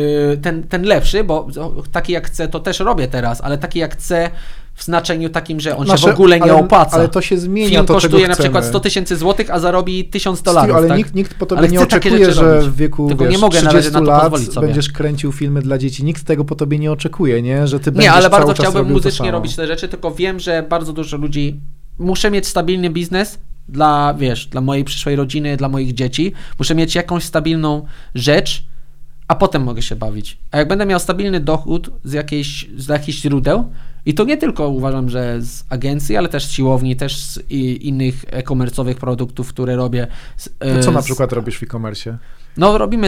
ten lepszy, bo taki jak chcę to też robię teraz, ale taki jak chcę w znaczeniu takim, że on się w ogóle nie opłaca. Ale to się zmienia. Film to, kosztuje na przykład $100,000, a zarobi $1,000. Ale tak? nikt po tobie nie oczekuje, że w wieku tylko nie mogę 30 na to lat pozwolić sobie. będziesz kręcił filmy dla dzieci. Nikt tego po tobie nie oczekuje, nie? Że ty będziesz ale cały bardzo czas chciałbym robił muzycznie robić te rzeczy, tylko wiem, że bardzo dużo ludzi... Muszę mieć stabilny biznes dla mojej przyszłej rodziny, dla moich dzieci. Muszę mieć jakąś stabilną rzecz, a potem mogę się bawić. A jak będę miał stabilny dochód z jakichś źródeł, i to nie tylko uważam, że z agencji, ale też z siłowni, też z innych e-commerce'owych produktów, które robię. Co na przykład robisz w e-commerce? No robimy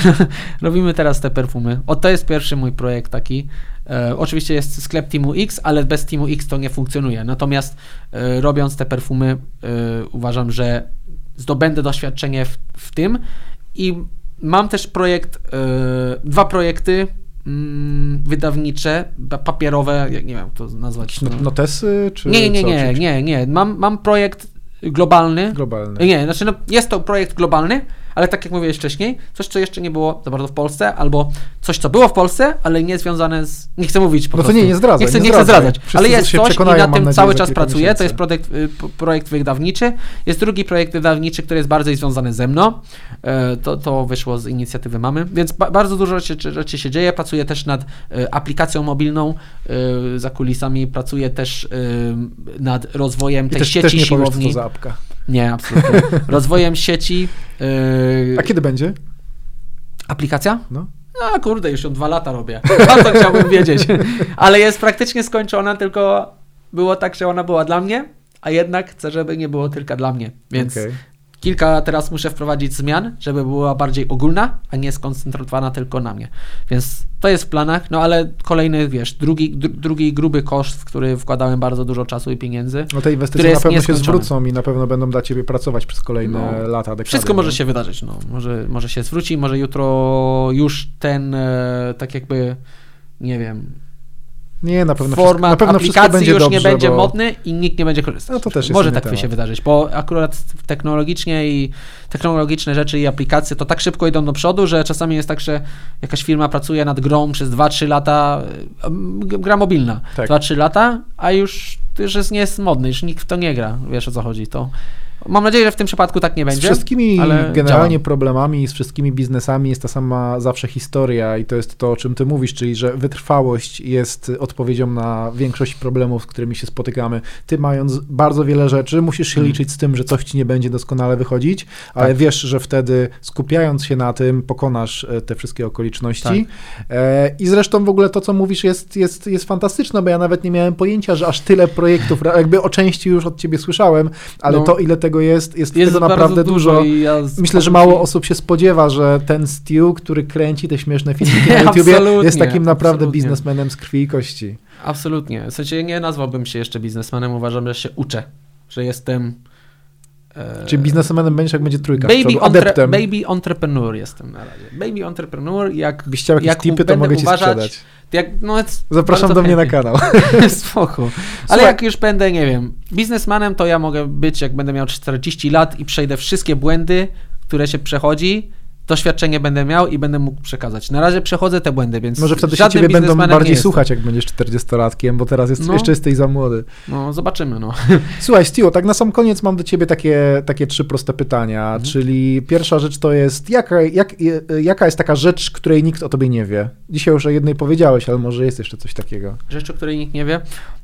teraz te perfumy. To jest pierwszy mój projekt taki. Oczywiście jest sklep Teamu X, ale bez Teamu X to nie funkcjonuje. Natomiast robiąc te perfumy uważam, że zdobędę doświadczenie w tym i mam też dwa projekty wydawnicze, papierowe, nie wiem jak to nazwać. Notesy? Czy Nie. Mam projekt globalny. Nie, jest to projekt globalny, ale tak jak mówiłeś wcześniej, coś, co jeszcze nie było za bardzo w Polsce, albo coś, co było w Polsce, ale nie związane z... Nie chcę mówić po prostu. To nie zdradzaj. Nie chcę zdradzać, ale jest coś i na tym cały czas pracuję. To jest projekt wydawniczy. Jest drugi projekt wydawniczy, który jest bardziej związany ze mną. To wyszło z inicjatywy mamy, więc bardzo dużo rzeczy się dzieje. Pracuję też nad aplikacją mobilną. Za kulisami pracuję też nad rozwojem tej sieci też nie siłowni. Powiesz, co za apka. Nie, absolutnie. Rozwojem sieci. A kiedy będzie? Aplikacja? No kurde, już ją 2 lata robię. A to chciałbym wiedzieć. Ale jest praktycznie skończona, tylko było tak, że ona była dla mnie, a jednak chcę, żeby nie było tylko dla mnie. Więc kilka teraz muszę wprowadzić zmian, żeby była bardziej ogólna, a nie skoncentrowana tylko na mnie. Więc to jest w planach, no ale kolejny, wiesz, drugi gruby koszt, w który wkładałem bardzo dużo czasu i pieniędzy. No te inwestycje na pewno się zwrócą i na pewno będą dla ciebie pracować przez kolejne lata, dekady. Wszystko może się wydarzyć, no. Może się zwróci, może jutro już ten, tak jakby, nie wiem, nie, na pewno format na pewno aplikacji będzie już dobrze, nie będzie modny i nikt nie będzie korzystać. No to też jest może tak temat. się wydarzyć, bo akurat technologiczne rzeczy i aplikacje to tak szybko idą do przodu, że czasami jest tak, że jakaś firma pracuje nad grą przez 2-3 lata, gra mobilna, tak. 2-3 lata, a już nie jest modny, już nikt w to nie gra, wiesz o co chodzi. To mam nadzieję, że w tym przypadku tak nie będzie. Z wszystkimi ale generalnie problemami, z wszystkimi biznesami jest ta sama zawsze historia i to jest to, o czym ty mówisz, czyli że wytrwałość jest odpowiedzią na większość problemów, z którymi się spotykamy. Ty mając bardzo wiele rzeczy, musisz się liczyć z tym, że coś ci nie będzie doskonale wychodzić, ale wiesz, że wtedy skupiając się na tym, pokonasz te wszystkie okoliczności. I zresztą w ogóle to, co mówisz jest fantastyczne, bo ja nawet nie miałem pojęcia, że aż tyle projektów, jakby o części już od ciebie słyszałem, ale to ile tego jest tego naprawdę dużo. Myślę, że mało osób się spodziewa, że ten Stu, który kręci te śmieszne filmiki na YouTubie, jest takim naprawdę biznesmenem z krwi i kości. Absolutnie. W sensie nie nazwałbym się jeszcze biznesmenem, uważam, że się uczę, że jestem... Czyli biznesmenem będziesz, jak będzie trójka baby entrepreneur jestem na razie. Baby entrepreneur, Byś chciał jakieś tipy, to mogę ci sprzedać. Zapraszam do mnie na kanał. Spoko. Ale jak już będę, nie wiem, biznesmanem, to ja mogę być, jak będę miał 40 lat i przejdę wszystkie błędy, które się przechodzi, doświadczenie będę miał i będę mógł przekazać. Na razie przechodzę te błędy, więc może wtedy się ciebie będą bardziej słuchać, jak będziesz 40-latkiem, bo teraz jeszcze jesteś za młody. No, zobaczymy, no. Słuchaj, Stu, tak na sam koniec mam do ciebie takie 3 proste pytania, czyli pierwsza rzecz to jest, jaka jest taka rzecz, której nikt o tobie nie wie? Dzisiaj już o jednej powiedziałeś, ale może jest jeszcze coś takiego. Rzecz, o której nikt nie wie?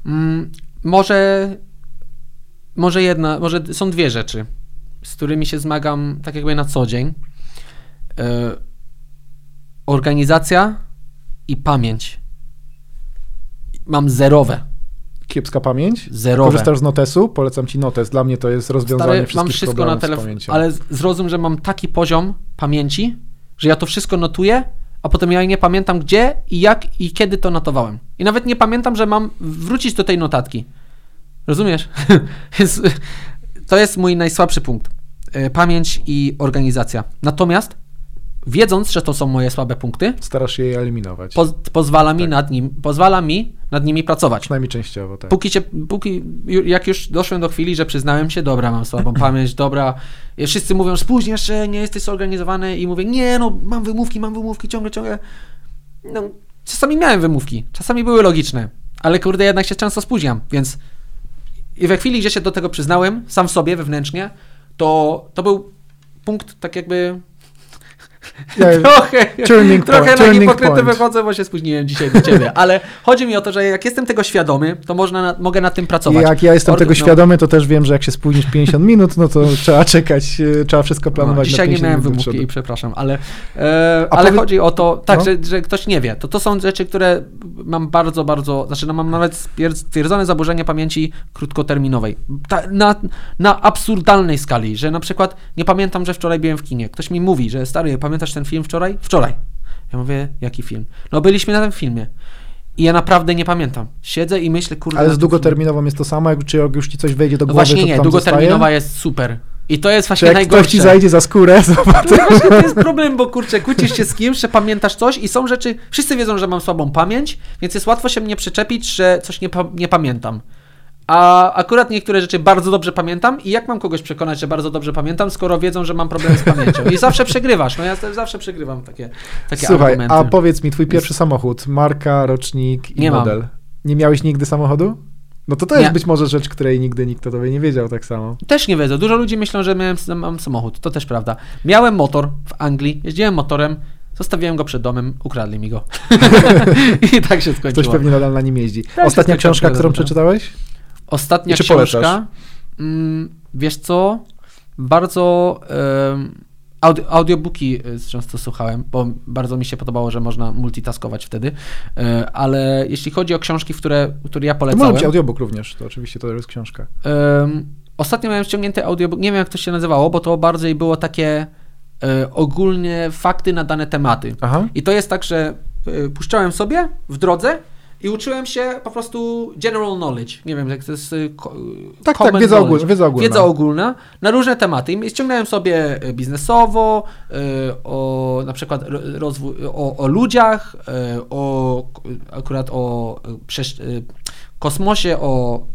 Może są 2 rzeczy, z którymi się zmagam tak jakby na co dzień. Organizacja i pamięć. Mam zerowe. Kiepska pamięć? Zerowe. Korzystasz z Notesu? Polecam ci Notes. Dla mnie to jest rozwiązanie wszystkich problemów z pamięcią. Ale zrozum, że mam taki poziom pamięci, że ja to wszystko notuję, a potem ja nie pamiętam gdzie i jak i kiedy to notowałem. I nawet nie pamiętam, że mam wrócić do tej notatki. Rozumiesz? To jest mój najsłabszy punkt. Pamięć i organizacja. Natomiast wiedząc, że to są moje słabe punkty, starasz się je eliminować. Pozwala mi nad nimi pracować. Przynajmniej częściowo, tak. Jak już doszłem do chwili, że przyznałem się, dobra, mam słabą pamięć, dobra. Wszyscy mówią, spóźniasz się, nie jesteś zorganizowany i mówię, nie, no, mam wymówki, ciągle. No, czasami miałem wymówki, czasami były logiczne, ale kurde, jednak się często spóźniam, więc i we chwili, gdzie się do tego przyznałem, sam w sobie, wewnętrznie, to był punkt tak jakby... Trochę na hipokrytę wychodzę, bo się spóźniłem dzisiaj do ciebie, ale chodzi mi o to, że jak jestem tego świadomy, to mogę nad tym pracować. Jak ja jestem tego świadomy, to też wiem, że jak się spóźnisz 50 minut, no to trzeba czekać, trzeba wszystko planować. Dzisiaj nie miałem wymówki i przepraszam, ale chodzi o to, tak, że ktoś nie wie. To są rzeczy, które mam bardzo, mam nawet stwierdzone zaburzenie pamięci krótkoterminowej. Na absurdalnej skali, że na przykład nie pamiętam, że wczoraj byłem w kinie. Ktoś mi mówi, że stary, pamiętasz ten film wczoraj? Wczoraj. Ja mówię, jaki film? No byliśmy na tym filmie. I ja naprawdę nie pamiętam. Siedzę i myślę, kurde... Ale z długoterminową jest to samo, czy jak już ci coś wejdzie do głowy, właśnie nie, długoterminowa jest super. I to jest właśnie najgorsze. Jak ktoś ci zajdzie za skórę, zobacz. No właśnie to jest problem, bo kurczę, kłócisz się z kimś, że pamiętasz coś i są rzeczy... Wszyscy wiedzą, że mam słabą pamięć, więc jest łatwo się mnie przyczepić, że coś nie pamiętam. A akurat niektóre rzeczy bardzo dobrze pamiętam i jak mam kogoś przekonać, że bardzo dobrze pamiętam, skoro wiedzą, że mam problem z pamięcią. I zawsze przegrywasz. No ja zawsze przegrywam takie Słuchaj, argumenty. a powiedz mi, twój pierwszy samochód, marka, rocznik i model. Nie miałeś nigdy samochodu? No to jest być może rzecz, której nigdy nikt o tobie nie wiedział tak samo. Też nie wiedzą. Dużo ludzi myślą, że mam samochód. To też prawda. Miałem motor w Anglii, jeździłem motorem, zostawiłem go przed domem, ukradli mi go. I tak się skończyło. Ktoś pewnie nadal na nim jeździ. Tak, ostatnia książka, którą przeczytałeś? Ostatnia książka, wiesz co, bardzo audiobooki często słuchałem, bo bardzo mi się podobało, że można multitaskować wtedy, ale jeśli chodzi o książki, które ja polecałem... To może być audiobook również, to oczywiście to jest książka. ostatnio miałem ściągnięty audiobook, nie wiem jak to się nazywało, bo to bardziej było takie ogólnie fakty na dane tematy. Aha. I to jest tak, że puszczałem sobie w drodze i uczyłem się po prostu general knowledge. Nie wiem, jak to jest Tak, wiedza ogólna na różne tematy. I ściągnąłem sobie biznesowo, na przykład rozwój, o ludziach, akurat o kosmosie, o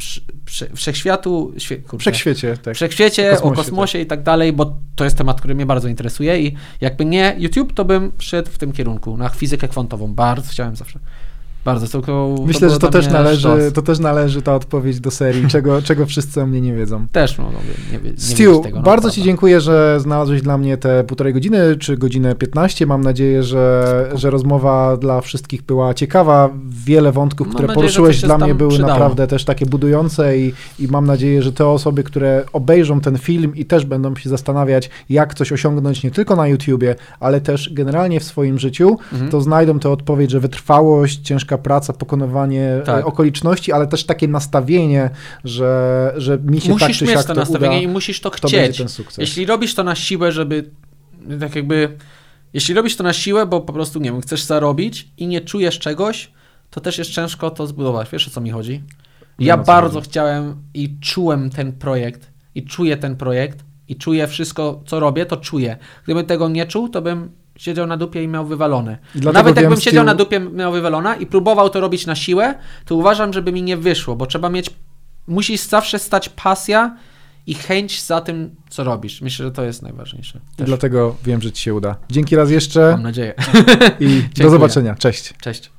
wszechświecie, o kosmosie tak. I tak dalej, bo to jest temat, który mnie bardzo interesuje i jakby nie YouTube, to bym szedł w tym kierunku, na fizykę kwantową. Bardzo chciałem zawsze. Bardzo. Myślę, że to też należy ta odpowiedź do serii, czego wszyscy o mnie nie wiedzą. Też mogą nie Stu, tego, bardzo Ci dziękuję, że znalazłeś dla mnie te 1,5 godziny, czy godzinę 15. Mam nadzieję, że rozmowa dla wszystkich była ciekawa. Wiele wątków, które poruszyłeś, dla mnie były naprawdę też takie budujące i mam nadzieję, że te osoby, które obejrzą ten film i też będą się zastanawiać, jak coś osiągnąć nie tylko na YouTubie, ale też generalnie w swoim życiu, to znajdą tę odpowiedź, że wytrwałość, ciężka praca, pokonywanie okoliczności, ale też takie nastawienie, że mi się musisz tak mieć to to nastawienie uda, i musisz to chcieć. Jeśli robisz to na siłę, jeśli robisz to na siłę, bo po prostu, nie wiem, chcesz zarobić i nie czujesz czegoś, to też jest ciężko to zbudować. Wiesz, o co mi chodzi? Ja bardzo chciałem i czułem ten projekt i czuję ten projekt i czuję wszystko, co robię, to czuję. Gdybym tego nie czuł, to bym siedział na dupie i miał wywalone. Nawet jakbym siedział na dupie, miał wywalona i próbował to robić na siłę, to uważam, żeby mi nie wyszło, bo musi zawsze stać pasja i chęć za tym, co robisz. Myślę, że to jest najważniejsze. I dlatego wiem, że Ci się uda. Dzięki raz jeszcze. Mam nadzieję. I do zobaczenia. Cześć. Cześć.